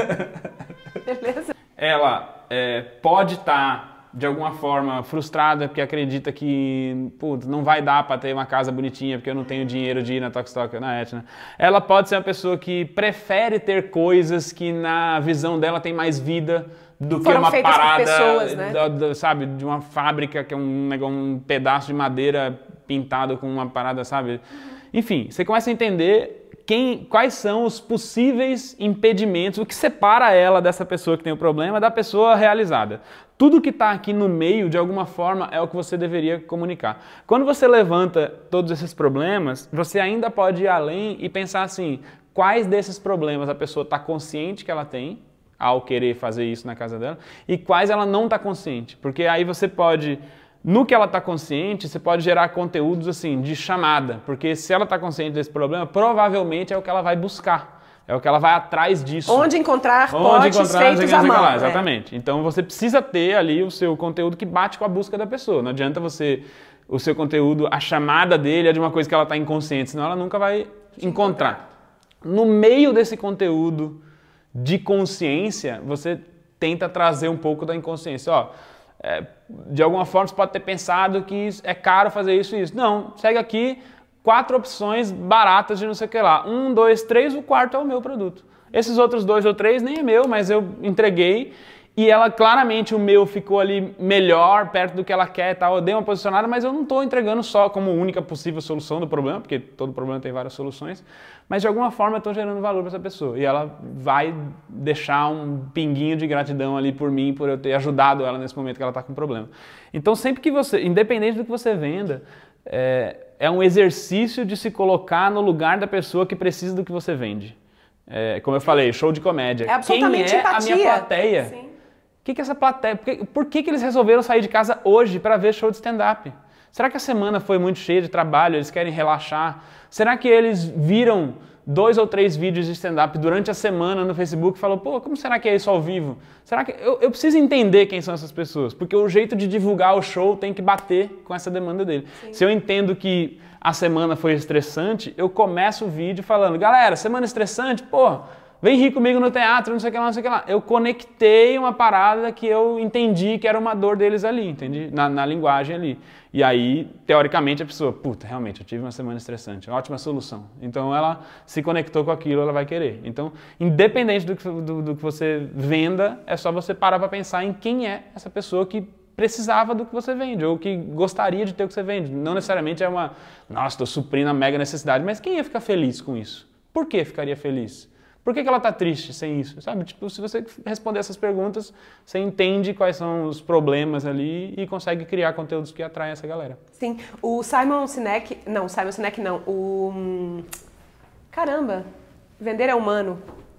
[SPEAKER 1] Beleza.
[SPEAKER 2] Ela é, pode estar, tá, de alguma forma, frustrada porque acredita que putz, não vai dar para ter uma casa bonitinha porque eu não tenho dinheiro de ir na Tokstok ou na Etna. Ela pode ser uma pessoa que prefere ter coisas que na visão dela tem mais vida do
[SPEAKER 1] Foram
[SPEAKER 2] que uma
[SPEAKER 1] feitas por
[SPEAKER 2] parada,
[SPEAKER 1] pessoas, né?
[SPEAKER 2] da, da, sabe, de uma fábrica que é um, um pedaço de madeira pintado com uma parada, sabe? Enfim, você começa a entender quem, quais são os possíveis impedimentos, o que separa ela dessa pessoa que tem o problema da pessoa realizada. Tudo que está aqui no meio, de alguma forma, é o que você deveria comunicar. Quando você levanta todos esses problemas, você ainda pode ir além e pensar assim, quais desses problemas a pessoa está consciente que ela tem, ao querer fazer isso na casa dela, e quais ela não está consciente. Porque aí você pode... No que ela está consciente, você pode gerar conteúdos assim, de chamada, porque se ela está consciente desse problema, provavelmente é o que ela vai buscar, é o que ela vai atrás disso.
[SPEAKER 1] Onde encontrar
[SPEAKER 2] Onde
[SPEAKER 1] potes
[SPEAKER 2] encontrar,
[SPEAKER 1] feitos à mão.
[SPEAKER 2] Lá,
[SPEAKER 1] né?
[SPEAKER 2] exatamente. Então você precisa ter ali o seu conteúdo que bate com a busca da pessoa. Não adianta você, o seu conteúdo, a chamada dele é de uma coisa que ela está inconsciente, senão ela nunca vai encontrar. No meio desse conteúdo de consciência, você tenta trazer um pouco da inconsciência. Ó, É, de alguma forma você pode ter pensado que é caro fazer isso e isso. Não, segue aqui quatro opções baratas de não sei o que lá. Um, dois, três, o quarto é o meu produto. Esses outros dois ou três nem é meu, mas eu entreguei e ela claramente o meu ficou ali melhor, perto do que ela quer e tal. Eu dei uma posicionada, mas eu não estou entregando só como única possível solução do problema, porque todo problema tem várias soluções, mas de alguma forma eu estou gerando valor para essa pessoa e ela vai deixar um pinguinho de gratidão ali por mim, por eu ter ajudado ela nesse momento que ela está com problema. Então sempre que você, independente do que você venda, é, é um exercício de se colocar no lugar da pessoa que precisa do que você vende. É, como eu falei, show de comédia.
[SPEAKER 1] É absolutamente
[SPEAKER 2] Quem é
[SPEAKER 1] empatia.
[SPEAKER 2] a minha plateia?
[SPEAKER 1] Sim. O
[SPEAKER 2] que, que essa plateia... Por, que, por que, que eles resolveram sair de casa hoje para ver show de stand-up? Será que a semana foi muito cheia de trabalho, eles querem relaxar? Será que eles viram dois ou três vídeos de stand-up durante a semana no Facebook e falaram, pô, como será que é isso ao vivo? Será que... Eu, eu preciso entender quem são essas pessoas, porque o jeito de divulgar o show tem que bater com essa demanda dele. Sim. Se eu entendo que a semana foi estressante, eu começo o vídeo falando, galera, semana estressante, pô... Vem rir comigo no teatro, não sei o que lá, não sei o que lá. Eu conectei uma parada que eu entendi que era uma dor deles ali, entendi? Na, na linguagem ali. E aí, teoricamente, a pessoa, puta, realmente, eu tive uma semana estressante, ótima solução. Então, ela se conectou com aquilo, ela vai querer. Então, independente do que, do, do que você venda, é só você parar para pensar em quem é essa pessoa que precisava do que você vende, ou que gostaria de ter o que você vende. Não necessariamente é uma, nossa, estou suprindo a mega necessidade, mas quem ia ficar feliz com isso? Por que ficaria feliz? Por que que ela está triste sem isso? Sabe? Tipo, se você responder essas perguntas, você entende quais são os problemas ali e consegue criar conteúdos que atraem essa galera.
[SPEAKER 1] Sim. O Simon Sinek... Não, Simon Sinek não. O... Caramba! Vender é humano.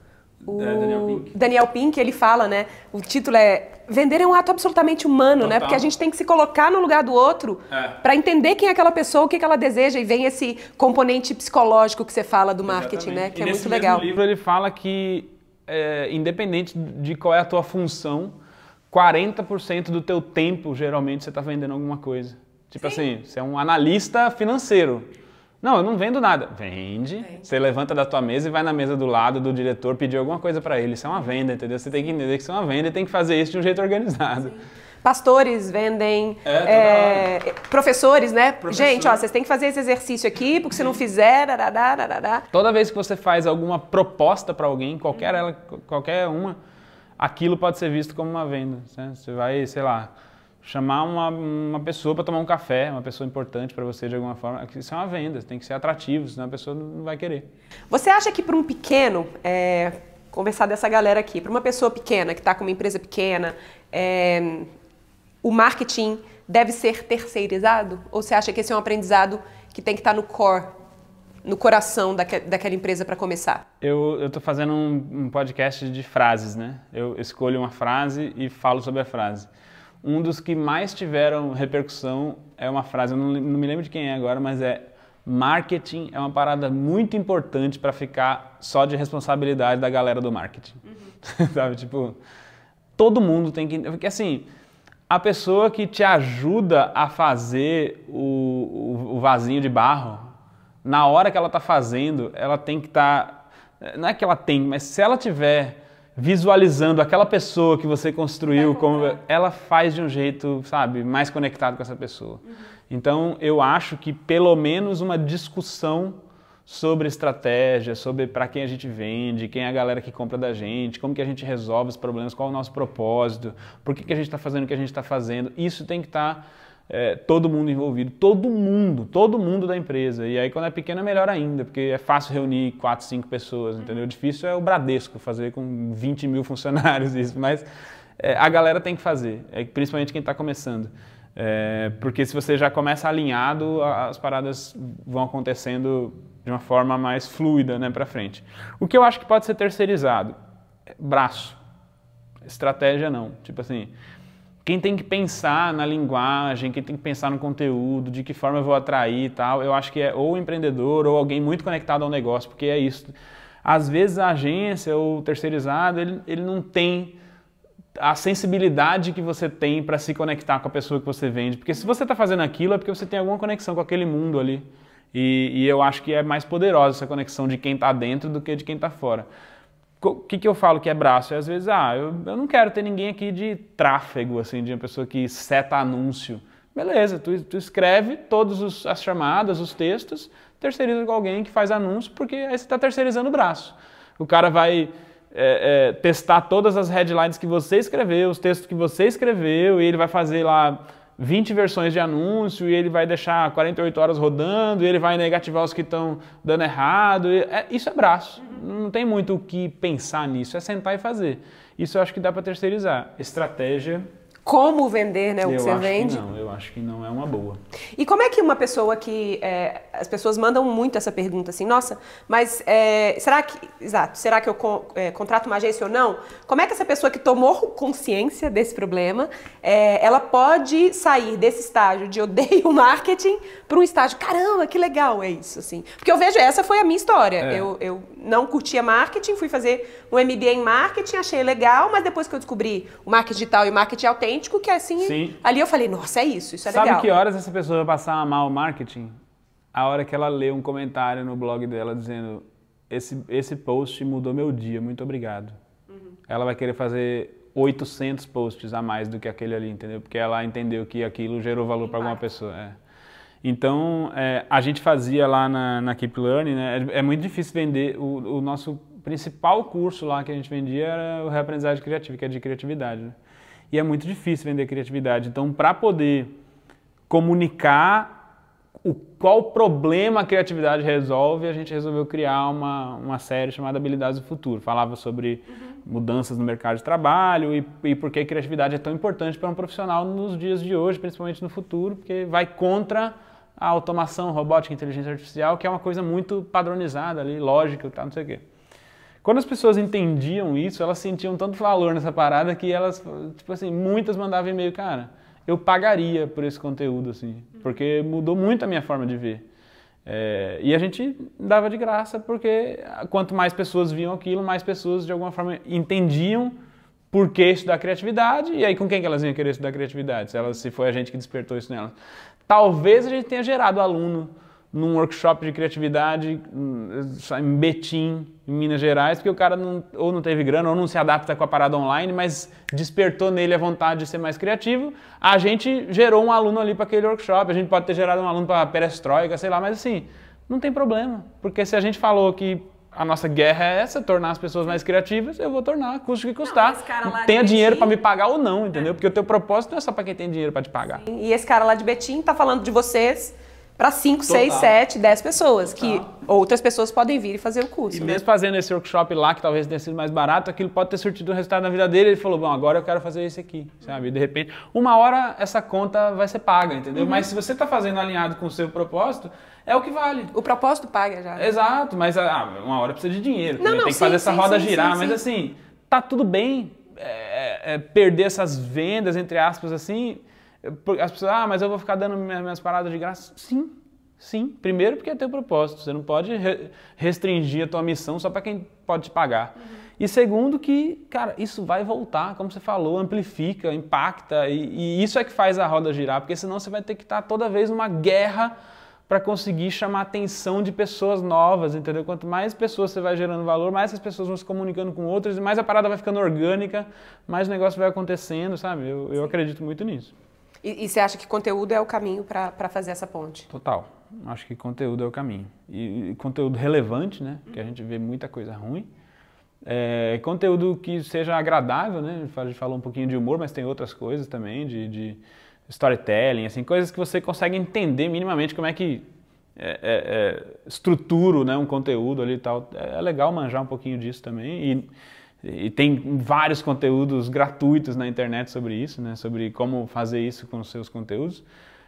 [SPEAKER 1] O
[SPEAKER 2] Daniel Pink.
[SPEAKER 1] Daniel Pink, ele fala, né? O título é Vender é um ato absolutamente humano,
[SPEAKER 2] Total.
[SPEAKER 1] né? Porque a gente tem que se colocar no lugar do outro
[SPEAKER 2] É.
[SPEAKER 1] para entender quem é aquela pessoa, o que, que ela deseja, e vem esse componente psicológico que você fala do marketing,
[SPEAKER 2] Exatamente.
[SPEAKER 1] né? Que
[SPEAKER 2] e
[SPEAKER 1] é
[SPEAKER 2] nesse
[SPEAKER 1] muito legal.
[SPEAKER 2] Nesse livro ele fala que, é, independente de qual é a tua função, quarenta por cento do teu tempo, geralmente, você está vendendo alguma coisa. Tipo
[SPEAKER 1] Sim.
[SPEAKER 2] assim, você é um analista financeiro. Não, eu não vendo nada. Vende, Vende, você levanta da tua mesa e vai na mesa do lado do diretor pedir alguma coisa para ele. Isso é uma venda, entendeu? Você tem que entender que isso é uma venda e tem que fazer isso de um jeito organizado.
[SPEAKER 1] Sim. Pastores vendem,
[SPEAKER 2] é,
[SPEAKER 1] é, professores, né?
[SPEAKER 2] Professor.
[SPEAKER 1] Gente, ó, vocês têm que fazer esse exercício aqui, porque se não fizer... Darará, darará.
[SPEAKER 2] Toda vez que você faz alguma proposta para alguém, qualquer, ela, qualquer uma, aquilo pode ser visto como uma venda. Né? Você vai, sei lá... chamar uma, uma pessoa para tomar um café, uma pessoa importante para você de alguma forma, isso é uma venda, tem que ser atrativo, senão a pessoa não vai querer.
[SPEAKER 1] Você acha que para um pequeno, é, conversar dessa galera aqui, para uma pessoa pequena, que está com uma empresa pequena, é, o marketing deve ser terceirizado? Ou você acha que esse é um aprendizado que tem que estar no core no coração daque, daquela empresa para começar?
[SPEAKER 2] Eu estou fazendo um, um podcast de frases, né? Eu escolho uma frase e falo sobre a frase. Um dos que mais tiveram repercussão é uma frase, eu não, não me lembro de quem é agora, mas é: marketing é uma parada muito importante para ficar só de responsabilidade da galera do marketing. Uhum. Sabe, tipo, todo mundo tem que... Porque assim, a pessoa que te ajuda a fazer o, o, o vasinho de barro, na hora que ela está fazendo, ela tem que estar... Tá, não é que ela tem, mas se ela tiver visualizando aquela pessoa que você construiu, como ela faz de um jeito, sabe, mais conectado com essa pessoa. Uhum. Então, eu acho que pelo menos uma discussão sobre estratégia, sobre para quem a gente vende, quem é a galera que compra da gente, como que a gente resolve os problemas, qual é o nosso propósito, por que, que a gente está fazendo o que a gente está fazendo, isso tem que estar é, todo mundo envolvido, todo mundo, todo mundo da empresa. E aí quando é pequeno é melhor ainda, porque é fácil reunir quatro, cinco pessoas, entendeu? O difícil é o Bradesco fazer com vinte mil funcionários isso, mas é, a galera tem que fazer, é, principalmente quem está começando. É, porque se você já começa alinhado, as paradas vão acontecendo de uma forma mais fluida, né, para frente. O que eu acho que pode ser terceirizado, braço, estratégia não. Tipo assim, quem tem que pensar na linguagem, quem tem que pensar no conteúdo, de que forma eu vou atrair e tal, eu acho que é ou o empreendedor ou alguém muito conectado ao negócio, porque é isso. Às vezes a agência ou o terceirizado, ele, ele não tem a sensibilidade que você tem para se conectar com a pessoa que você vende. Porque se você está fazendo aquilo é porque você tem alguma conexão com aquele mundo ali. E, e eu acho que é mais poderosa essa conexão de quem está dentro do que de quem está fora. O que, que eu falo que é braço? É às vezes, ah, eu, eu não quero ter ninguém aqui de tráfego, assim, de uma pessoa que seta anúncio. Beleza, tu, tu escreve todas as chamadas, os textos, terceiriza com alguém que faz anúncio, porque aí você está terceirizando o braço. O cara vai... É, é, testar todas as headlines que você escreveu, os textos que você escreveu, e ele vai fazer lá vinte versões de anúncio, e ele vai deixar quarenta e oito horas rodando, e ele vai negativar os que estão dando errado. E, é, isso é braço. Uhum. Não tem muito o que pensar nisso, é sentar e fazer. Isso eu acho que dá para terceirizar. Estratégia...
[SPEAKER 1] Como vender, né, o que você vende?
[SPEAKER 2] Eu acho que não, eu acho que não é uma boa.
[SPEAKER 1] E como é que uma pessoa que... É, as pessoas mandam muito essa pergunta assim, nossa, mas é, será que... Exato, será que eu con, é, contrato uma agência ou não? Como é que essa pessoa que tomou consciência desse problema, é, ela pode sair desse estágio de odeio marketing para um estágio, caramba, que legal é isso, assim. Porque eu vejo, essa foi a minha história. É. Eu, eu não curtia marketing, fui fazer um M B A em marketing, achei legal, mas depois que eu descobri o marketing digital e o marketing autêntico, que assim, Sim. ali eu falei, nossa, é isso, isso é
[SPEAKER 2] Sabe
[SPEAKER 1] legal.
[SPEAKER 2] Sabe que horas essa pessoa vai passar mal o marketing? A hora que ela lê um comentário no blog dela dizendo, esse, esse post mudou meu dia, muito obrigado. Uhum. Ela vai querer fazer oitocentos posts a mais do que aquele ali, entendeu? Porque ela entendeu que aquilo gerou valor para alguma pessoa. É. Então, é, a gente fazia lá na, na Keep Learning, né? É, é muito difícil vender, o, o nosso principal curso lá que a gente vendia era o Reaprendizagem Criativa, que é de criatividade, né? E é muito difícil vender criatividade. Então, para poder comunicar o, qual problema a criatividade resolve, a gente resolveu criar uma, uma série chamada Habilidades do Futuro. Falava sobre uhum. mudanças no mercado de trabalho e, e por que a criatividade é tão importante para um profissional nos dias de hoje, principalmente no futuro, porque vai contra a automação, robótica, inteligência artificial, que é uma coisa muito padronizada ali, lógica e tal, não sei o quê. Quando as pessoas entendiam isso, elas sentiam tanto valor nessa parada que elas, tipo assim, muitas mandavam e-mail, cara, eu pagaria por esse conteúdo, assim, porque mudou muito a minha forma de ver. É, e a gente dava de graça, porque quanto mais pessoas viam aquilo, mais pessoas, de alguma forma, entendiam por que estudar criatividade, e aí com quem que elas iam querer estudar criatividade, se, elas, se foi a gente que despertou isso nelas. Talvez a gente tenha gerado aluno num workshop de criatividade em Betim, em Minas Gerais, porque o cara não, ou não teve grana, ou não se adapta com a parada online, mas despertou nele a vontade de ser mais criativo. A gente gerou um aluno ali para aquele workshop, a gente pode ter gerado um aluno para perestroika, sei lá, mas assim, não tem problema, porque se a gente falou que a nossa guerra é essa, tornar as pessoas mais criativas, eu vou tornar, custe o que custar. Não, tenha dinheiro para me pagar ou não, entendeu? Porque o teu propósito não é só para quem tem dinheiro para te pagar.
[SPEAKER 1] Sim, e esse cara lá de Betim tá falando de vocês, para cinco, seis, sete, dez pessoas, Total. que outras pessoas podem vir e fazer o curso.
[SPEAKER 2] E
[SPEAKER 1] né?
[SPEAKER 2] mesmo fazendo esse workshop lá, que talvez tenha sido mais barato, aquilo pode ter surtido o resultado na vida dele, ele falou, bom, agora eu quero fazer esse aqui, sabe? E de repente, uma hora essa conta vai ser paga, entendeu? Uhum. Mas se você está fazendo alinhado com o seu propósito, é o que vale.
[SPEAKER 1] O propósito paga já. Né?
[SPEAKER 2] Exato, mas ah, uma hora precisa de dinheiro,
[SPEAKER 1] não, não,
[SPEAKER 2] tem que
[SPEAKER 1] sim,
[SPEAKER 2] fazer essa
[SPEAKER 1] sim,
[SPEAKER 2] roda
[SPEAKER 1] sim,
[SPEAKER 2] girar,
[SPEAKER 1] sim,
[SPEAKER 2] mas
[SPEAKER 1] sim.
[SPEAKER 2] assim, tá tudo bem é, é, perder essas vendas, entre aspas, assim, as pessoas, ah, mas eu vou ficar dando minhas, minhas paradas de graça. Sim. Sim, primeiro porque é teu propósito, você não pode re restringir a tua missão só para quem pode te pagar. Uhum. E segundo que, cara, isso vai voltar, como você falou, amplifica, impacta e, e isso é que faz a roda girar, porque senão você vai ter que estar toda vez numa guerra para conseguir chamar a atenção de pessoas novas, entendeu? Quanto mais pessoas você vai gerando valor, mais as pessoas vão se comunicando com outras, e mais a parada vai ficando orgânica, mais o negócio vai acontecendo, sabe? Eu, eu acredito muito nisso.
[SPEAKER 1] E, e você acha que conteúdo é o caminho para fazer essa ponte?
[SPEAKER 2] Total. Acho que conteúdo é o caminho. E, e conteúdo relevante, né? Porque a gente vê muita coisa ruim. É, conteúdo que seja agradável, né? A gente falou um pouquinho de humor, mas tem outras coisas também, de, de storytelling, assim, coisas que você consegue entender minimamente como é que é, é, é, estrutura, né, um conteúdo ali e tal. É, é legal manjar um pouquinho disso também. E, E tem vários conteúdos gratuitos na internet sobre isso, né? Sobre como fazer isso com os seus conteúdos.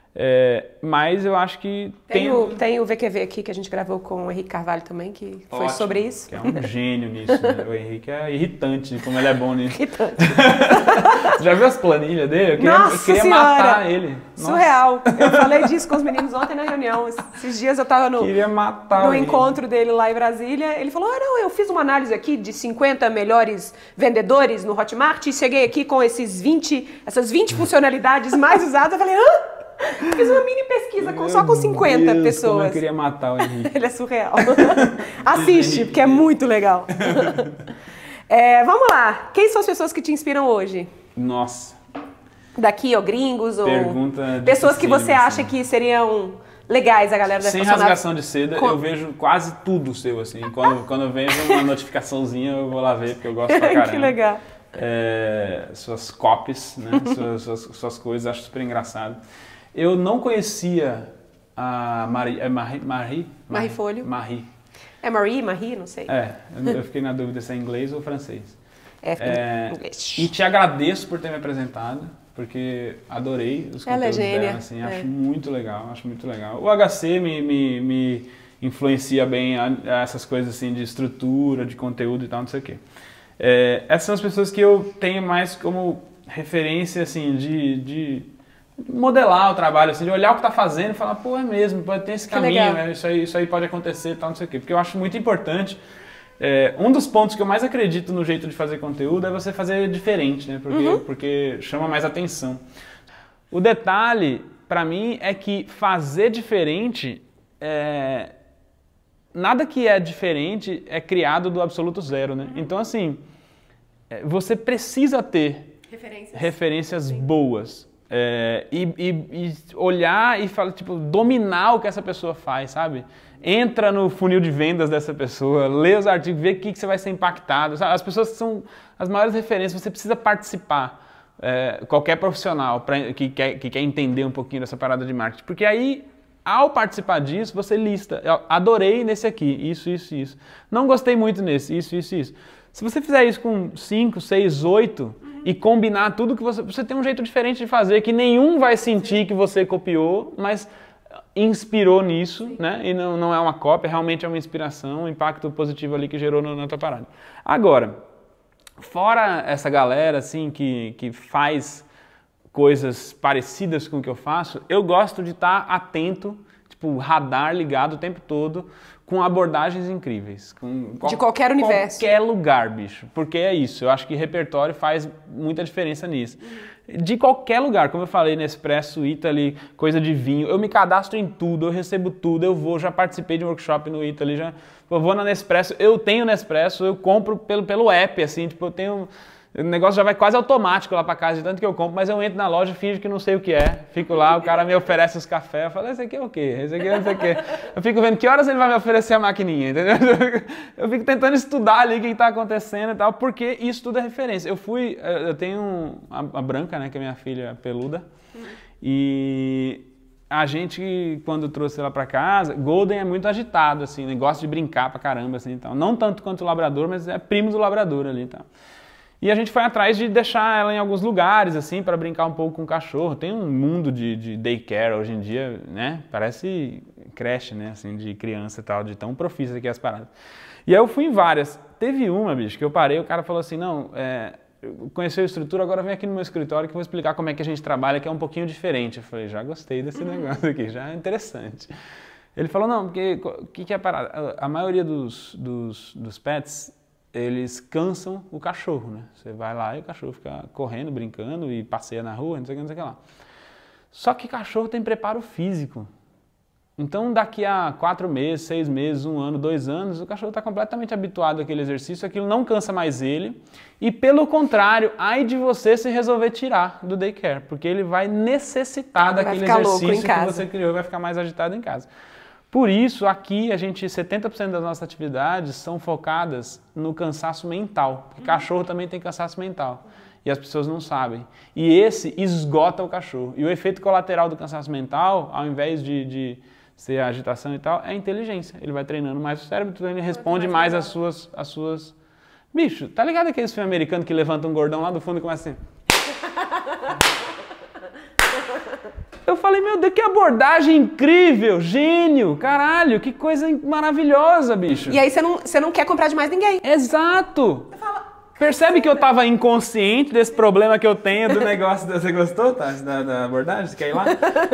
[SPEAKER 2] É, mas eu acho que
[SPEAKER 1] tem... Tem,
[SPEAKER 2] tem...
[SPEAKER 1] o, tem o V Q V aqui que a gente gravou com o Henrique Carvalho também, que foi
[SPEAKER 2] Ótimo,
[SPEAKER 1] sobre isso.
[SPEAKER 2] Que é um gênio nisso, né? O Henrique é irritante, como ele é bom nisso.
[SPEAKER 1] Irritante.
[SPEAKER 2] Você já viu as planilhas dele? Eu queria,
[SPEAKER 1] Nossa
[SPEAKER 2] eu queria
[SPEAKER 1] senhora.
[SPEAKER 2] matar ele.
[SPEAKER 1] Surreal. Nossa. Eu falei disso com os meninos ontem na reunião. Esses dias eu tava no,
[SPEAKER 2] queria matar
[SPEAKER 1] no
[SPEAKER 2] ele.
[SPEAKER 1] encontro dele lá em Brasília. Ele falou, ah, não, eu fiz uma análise aqui de cinquenta melhores vendedores no Hotmart e cheguei aqui com esses vinte, essas vinte funcionalidades mais usadas. Eu falei, hã? Fiz uma mini pesquisa com, só com cinquenta
[SPEAKER 2] Deus,
[SPEAKER 1] pessoas.
[SPEAKER 2] Como eu queria matar o Henrique.
[SPEAKER 1] Ele é surreal. Assiste, porque é muito legal. É, vamos lá. Quem são as pessoas que te inspiram hoje?
[SPEAKER 2] Nossa.
[SPEAKER 1] Daqui, ou gringos, ou
[SPEAKER 2] Pergunta
[SPEAKER 1] pessoas que você
[SPEAKER 2] assim.
[SPEAKER 1] acha que seriam legais a galera da
[SPEAKER 2] Sem rasgação de seda,
[SPEAKER 1] Com...
[SPEAKER 2] eu vejo quase tudo seu, assim. Quando, quando eu vejo uma notificaçãozinha, eu vou lá ver, porque eu gosto pra caramba.
[SPEAKER 1] Que legal.
[SPEAKER 2] É, suas copies, né? suas, suas, suas coisas, acho super engraçado. Eu não conhecia a Marie, é Marie, Marie,
[SPEAKER 1] Marie Folho.
[SPEAKER 2] Marie.
[SPEAKER 1] É Marie, Marie, não sei.
[SPEAKER 2] É, eu fiquei na dúvida se é inglês ou francês.
[SPEAKER 1] É,
[SPEAKER 2] é
[SPEAKER 1] inglês.
[SPEAKER 2] E te agradeço por ter me apresentado, porque adorei os
[SPEAKER 1] Ela
[SPEAKER 2] conteúdos
[SPEAKER 1] é gênia.
[SPEAKER 2] dela, assim,
[SPEAKER 1] é.
[SPEAKER 2] acho muito legal, acho muito legal. O H C me, me, me influencia bem a, a essas coisas assim de estrutura, de conteúdo e tal, não sei o quê. É, essas são as pessoas que eu tenho mais como referência, assim, de, de modelar o trabalho, assim, de olhar o que está fazendo e falar, pô, é mesmo, pode ter esse
[SPEAKER 1] Que
[SPEAKER 2] caminho, é, isso, aí, isso aí pode acontecer e tal, não sei o quê. Porque eu acho muito importante, é, um dos pontos que eu mais acredito no jeito de fazer conteúdo é você fazer diferente, né? Porque,
[SPEAKER 1] uhum.
[SPEAKER 2] porque chama mais atenção. O detalhe, para mim, é que fazer diferente, é, nada que é diferente é criado do absoluto zero, né? Então, assim, você precisa ter
[SPEAKER 1] referências,
[SPEAKER 2] referências boas. É, e, e, e olhar e falar, tipo, dominar o que essa pessoa faz, sabe? Entra no funil de vendas dessa pessoa, lê os artigos, vê o que, que você vai ser impactado. Sabe? As pessoas são as maiores referências, você precisa participar. É, qualquer profissional pra, que, quer, que quer entender um pouquinho dessa parada de marketing. Porque aí, ao participar disso, você lista. Eu adorei nesse aqui, isso, isso, isso. Não gostei muito nesse, isso, isso, isso. Se você fizer isso com cinco, seis, oito... e combinar tudo que você... Você tem um jeito diferente de fazer, que nenhum vai sentir que você copiou, mas inspirou nisso, Sim. né? E não, não é uma cópia, realmente é uma inspiração, um impacto positivo ali que gerou na, na tua parada. Agora, fora essa galera, assim, que, que faz coisas parecidas com o que eu faço, eu gosto de estar atento, tipo, radar ligado o tempo todo, com abordagens incríveis. Com
[SPEAKER 1] de qualquer universo.
[SPEAKER 2] Qualquer lugar, bicho. Porque é isso. Eu acho que repertório faz muita diferença nisso. De qualquer lugar. Como eu falei, Nespresso, Italy, coisa de vinho. Eu me cadastro em tudo, eu recebo tudo, eu vou. Já participei de um workshop no Italy, já eu vou na Nespresso. Eu tenho Nespresso, eu compro pelo, pelo app, assim. Tipo, eu tenho... O negócio já vai quase automático lá pra casa, de tanto que eu compro, mas eu entro na loja, finjo que não sei o que é. Fico lá, o cara me oferece os cafés, eu falo, esse aqui é o quê? Esse aqui é não sei o quê. Eu fico vendo que horas ele vai me oferecer a maquininha, entendeu? Eu fico tentando estudar ali o que está acontecendo e tal, porque isso tudo é referência. Eu fui, eu tenho a, a Branca, né, que é minha filha peluda, e a gente, quando trouxe ela para casa, Golden é muito agitado, assim, né? Gosta de brincar pra caramba, assim, então. Não tanto quanto o labrador, mas é primo do labrador ali, então. E a gente foi atrás de deixar ela em alguns lugares, assim, para brincar um pouco com o cachorro. Tem um mundo de, de daycare hoje em dia, né? Parece creche, né? Assim, de criança e tal, de tão profissa que é as paradas. E aí eu fui em várias. Teve uma, bicho, que eu parei, o cara falou assim, não, é, conheceu a estrutura, agora vem aqui no meu escritório que eu vou explicar como é que a gente trabalha, que é um pouquinho diferente. Eu falei, já gostei desse negócio aqui, já é interessante. Ele falou, não, porque o que, que é a parada? A maioria dos, dos, dos pets, eles cansam o cachorro, né? Você vai lá e o cachorro fica correndo, brincando e passeia na rua, não sei o que, não sei o que lá. Só que cachorro tem preparo físico. Então, daqui a quatro meses, seis meses, um ano, dois anos, o cachorro está completamente habituado àquele exercício, aquilo não cansa mais ele. E, pelo contrário, ai de você se resolver tirar do daycare, porque ele vai necessitar
[SPEAKER 1] vai
[SPEAKER 2] daquele
[SPEAKER 1] ficar
[SPEAKER 2] exercício
[SPEAKER 1] louco em casa.
[SPEAKER 2] que você criou e vai ficar mais agitado em casa. Por isso, aqui, a gente, setenta por cento das nossas atividades são focadas no cansaço mental, porque cachorro também tem cansaço mental. E as pessoas não sabem. E esse esgota o cachorro. E o efeito colateral do cansaço mental, ao invés de... de ser a agitação e tal, é a inteligência. Ele vai treinando mais o cérebro, então ele responde mais às suas, às suas... Bicho, tá ligado aqueles filmes americanos que levantam um gordão lá do fundo e começa assim... Eu falei, meu Deus, que abordagem incrível, gênio, caralho, que coisa maravilhosa, bicho.
[SPEAKER 1] E aí você não, você não quer comprar de mais ninguém.
[SPEAKER 2] Exato! Você fala... Percebe que eu tava inconsciente desse problema que eu tenho do negócio... Da... Você gostou, tá? Da, da abordagem? Você quer ir lá?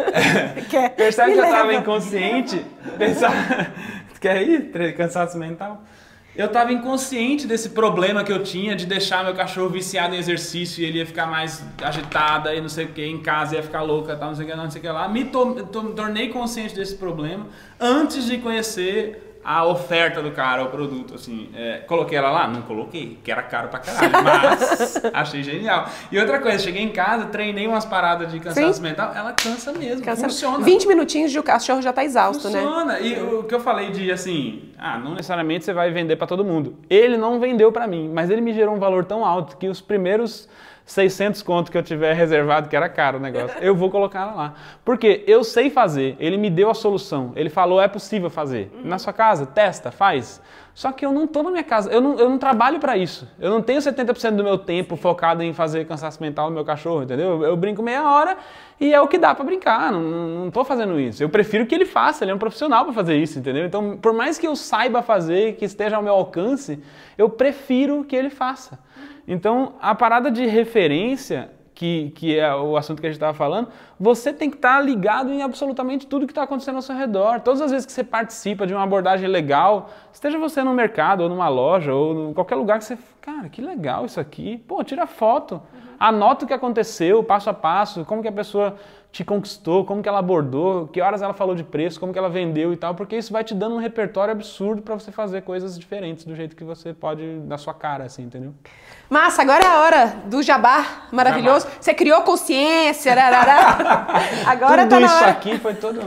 [SPEAKER 1] Quer.
[SPEAKER 2] Percebe
[SPEAKER 1] Me
[SPEAKER 2] que eu
[SPEAKER 1] leva.
[SPEAKER 2] tava inconsciente? Pensar... Quer ir? Cansaço mental? Eu tava inconsciente desse problema que eu tinha de deixar meu cachorro viciado em exercício e ele ia ficar mais agitado e não sei o que, em casa ia ficar louca, tal, não sei o que, não sei o que lá. Me to... to... tornei consciente desse problema antes de conhecer... a oferta do cara, o produto, assim, é, coloquei ela lá? Não coloquei, que era caro pra caralho, mas achei genial. E outra coisa, cheguei em casa, treinei umas paradas de cansaço Sim. mental, ela cansa mesmo, cansa. Funciona.
[SPEAKER 1] vinte minutinhos de o cachorro já tá exausto,
[SPEAKER 2] funciona.
[SPEAKER 1] né?
[SPEAKER 2] E o que eu falei de, assim, ah, não necessariamente você vai vender pra todo mundo. Ele não vendeu pra mim, mas ele me gerou um valor tão alto que os primeiros... seiscentos conto que eu tiver reservado, que era caro o negócio, eu vou colocar lá. Porque eu sei fazer, ele me deu a solução, ele falou, é possível fazer. Na sua casa, testa, faz. Só que eu não tô na minha casa, eu não, eu não trabalho para isso. Eu não tenho setenta por cento do meu tempo focado em fazer cansaço mental no meu cachorro, entendeu? Eu, eu brinco meia hora e é o que dá para brincar, não, não tô fazendo isso. Eu prefiro que ele faça, ele é um profissional para fazer isso, entendeu? Então, por mais que eu saiba fazer, que esteja ao meu alcance, eu prefiro que ele faça. Então, a parada de referência, que, que é o assunto que a gente estava falando, você tem que estar ligado em absolutamente tudo que está acontecendo ao seu redor. Todas as vezes que você participa de uma abordagem legal, esteja você no mercado, ou numa loja, ou em qualquer lugar que você... Cara, que legal isso aqui. Pô, tira foto. Uhum. Anota o que aconteceu, passo a passo, como que a pessoa te conquistou, como que ela abordou, que horas ela falou de preço, como que ela vendeu e tal, porque isso vai te dando um repertório absurdo para você fazer coisas diferentes do jeito que você pode, na sua cara, assim, entendeu?
[SPEAKER 1] Massa, agora é a hora do jabá maravilhoso. Jabá. Você criou consciência, rarará. Agora
[SPEAKER 2] Tudo
[SPEAKER 1] tá na
[SPEAKER 2] isso
[SPEAKER 1] hora.
[SPEAKER 2] aqui foi todo...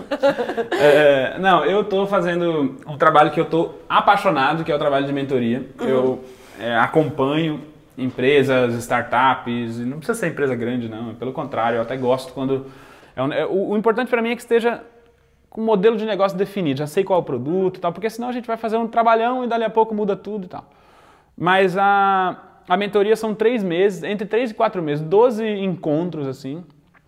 [SPEAKER 2] é, não, eu tô fazendo um trabalho que eu tô apaixonado, que é o trabalho de mentoria. Uhum. Eu é, acompanho empresas, startups, não precisa ser empresa grande não, pelo contrário, eu até gosto quando... É um, é, o, o importante para mim é que esteja com o modelo de negócio definido, já sei qual é o produto e tal, porque senão a gente vai fazer um trabalhão e dali a pouco muda tudo e tal. Mas a, a mentoria são três meses, entre três e quatro meses, doze encontros assim,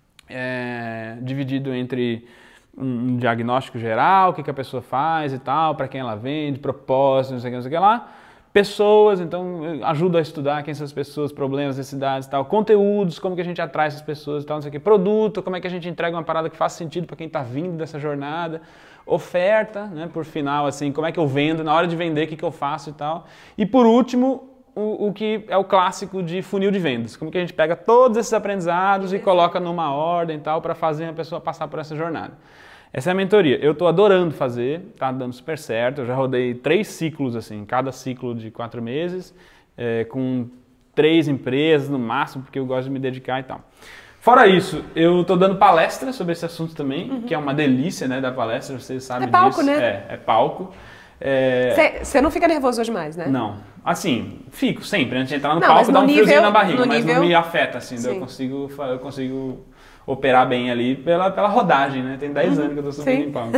[SPEAKER 2] é, dividido entre um, um diagnóstico geral, o que, que a pessoa faz e tal, para quem ela vende, propósito, não sei o que, não sei o que lá. Pessoas, então ajuda a estudar quem são as pessoas, problemas, necessidades e tal, conteúdos, como que a gente atrai essas pessoas e tal, não sei o que, produto, como é que a gente entrega uma parada que faça sentido para quem está vindo dessa jornada, oferta, né, por final, assim, como é que eu vendo, na hora de vender, o que, que eu faço e tal. E por último, o, o que é o clássico de funil de vendas, como que a gente pega todos esses aprendizados e coloca numa ordem e tal, para fazer a pessoa passar por essa jornada. Essa é a mentoria. Eu estou adorando fazer, tá dando super certo. Eu já rodei três ciclos, assim, cada ciclo de quatro meses, é, com três empresas no máximo, porque eu gosto de me dedicar e tal. Fora isso, eu estou dando palestra sobre esse assunto também, uhum. que é uma delícia, né, da palestra, vocês sabem disso.
[SPEAKER 1] É palco, né?
[SPEAKER 2] É, é palco.
[SPEAKER 1] Você é... não fica nervoso demais, né?
[SPEAKER 2] Não. Assim, fico sempre. Antes de entrar no
[SPEAKER 1] não,
[SPEAKER 2] palco, dá um
[SPEAKER 1] nível,
[SPEAKER 2] friozinho na barriga,
[SPEAKER 1] no
[SPEAKER 2] mas
[SPEAKER 1] nível...
[SPEAKER 2] não me afeta, assim. Eu consigo, eu consigo operar bem ali pela, pela rodagem, né? Tem dez uhum. anos que eu tô subindo Sim. em palco.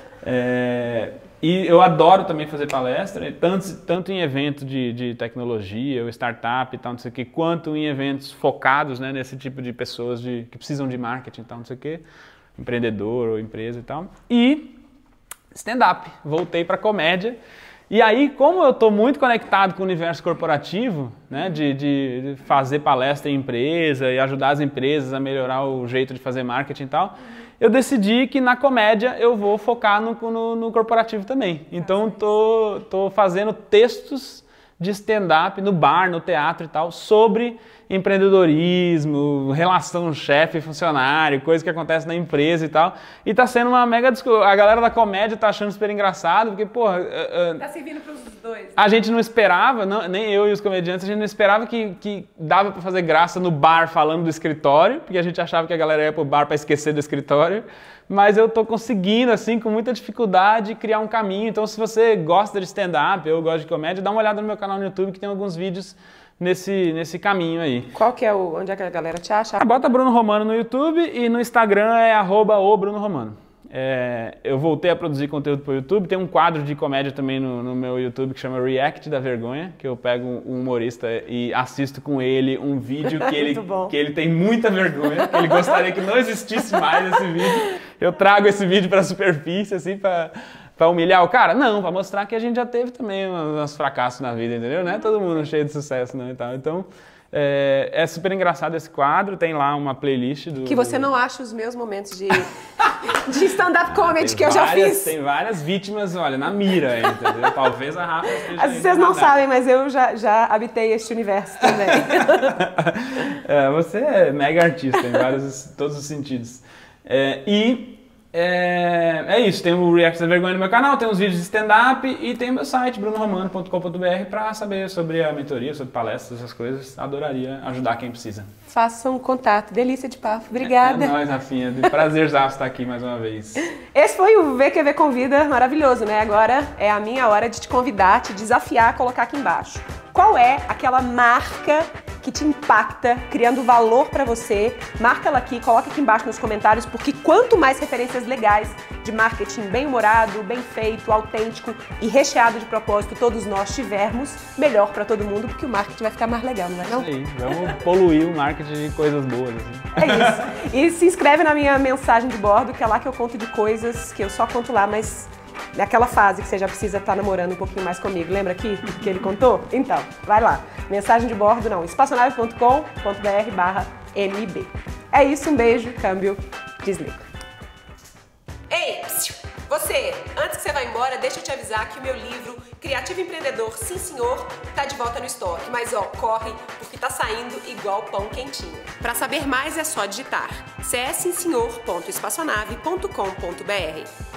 [SPEAKER 2] É... E eu adoro também fazer palestra, tanto, tanto em eventos de, de tecnologia, ou startup e tal, não sei o quê, quanto em eventos focados, né, nesse tipo de pessoas de, que precisam de marketing e tal, não sei o quê, empreendedor ou empresa e tal. E stand-up, voltei para comédia. E aí, como eu estou muito conectado com o universo corporativo, né, de, de fazer palestra em empresa e ajudar as empresas a melhorar o jeito de fazer marketing e tal, eu decidi que na comédia eu vou focar no, no, no corporativo também. Então, tô, tô fazendo textos de stand-up no bar, no teatro e tal, sobre empreendedorismo, relação chefe-funcionário, coisa que acontece na empresa e tal. E tá sendo uma mega discussão. A galera da comédia tá achando super engraçado, porque, porra... Uh,
[SPEAKER 1] tá servindo pros dois. Né?
[SPEAKER 2] A gente não esperava, não, nem eu e os comediantes, a gente não esperava que, que dava pra fazer graça no bar falando do escritório, porque a gente achava que a galera ia pro bar pra esquecer do escritório. Mas eu tô conseguindo, assim, com muita dificuldade, criar um caminho. Então, se você gosta de stand-up, eu gosto de comédia, dá uma olhada no meu canal no YouTube, que tem alguns vídeos nesse, nesse caminho aí.
[SPEAKER 1] Qual que é o... Onde é que a galera te acha?
[SPEAKER 2] Bota Bruno Romano no YouTube e no Instagram é arroba o Bruno Romano. É, eu voltei a produzir conteúdo para o YouTube, tem um quadro de comédia também no, no meu YouTube que chama React da Vergonha, que eu pego um humorista e assisto com ele um vídeo que ele, que ele tem muita vergonha, que ele gostaria que não existisse mais esse vídeo. Eu trago esse vídeo para a superfície, assim, para... Pra humilhar o cara? Não, pra mostrar que a gente já teve também uns fracassos na vida, entendeu? Não é todo mundo cheio de sucesso, não, e tal. Então, é, é super engraçado esse quadro, tem lá uma playlist do...
[SPEAKER 1] Que você não acha os meus momentos de, de stand-up comedy que eu
[SPEAKER 2] várias,
[SPEAKER 1] já fiz.
[SPEAKER 2] Tem várias vítimas, olha, na mira, entendeu? Talvez a Rafa esteja...
[SPEAKER 1] Às vezes vocês não sabem, mas eu já, já habitei este universo também.
[SPEAKER 2] É, você é mega artista em vários, todos os sentidos. É, e... É, é isso, tem o React da Vergonha no meu canal, tem os vídeos de stand-up e tem o meu site, bruno romano ponto com ponto b r, para saber sobre a mentoria, sobre palestras, essas coisas. Adoraria ajudar quem precisa.
[SPEAKER 1] Façam um contato. Delícia de papo. Obrigada.
[SPEAKER 2] É, é nóis, Rafinha. Prazerzaço estar aqui mais uma vez.
[SPEAKER 1] Esse foi o V Q V Convida maravilhoso, né? Agora é a minha hora de te convidar, te desafiar a colocar aqui embaixo. Qual é aquela marca que te impacta, criando valor para você? Marca ela aqui, coloca aqui embaixo nos comentários, porque quanto mais referências legais de marketing bem-humorado, bem feito, autêntico e recheado de propósito todos nós tivermos, melhor para todo mundo, porque o marketing vai ficar mais legal, não é não?
[SPEAKER 2] Isso aí, vamos poluir o marketing de coisas boas. Assim.
[SPEAKER 1] É isso. E se inscreve na minha mensagem de bordo, que é lá que eu conto de coisas que eu só conto lá, mas... naquela fase que você já precisa estar namorando um pouquinho mais comigo. Lembra aqui que ele contou? Então, vai lá. Mensagem de bordo não. espaçonave ponto com ponto b r barra m b. É isso, um beijo, câmbio, desliga. Ei, psiu, você, antes que você vá embora, deixa eu te avisar que o meu livro Criativo Empreendedor, sim senhor, tá de volta no estoque. Mas ó, corre, porque tá saindo igual pão quentinho. Para saber mais é só digitar c s senhor ponto espaçonave ponto com ponto b r.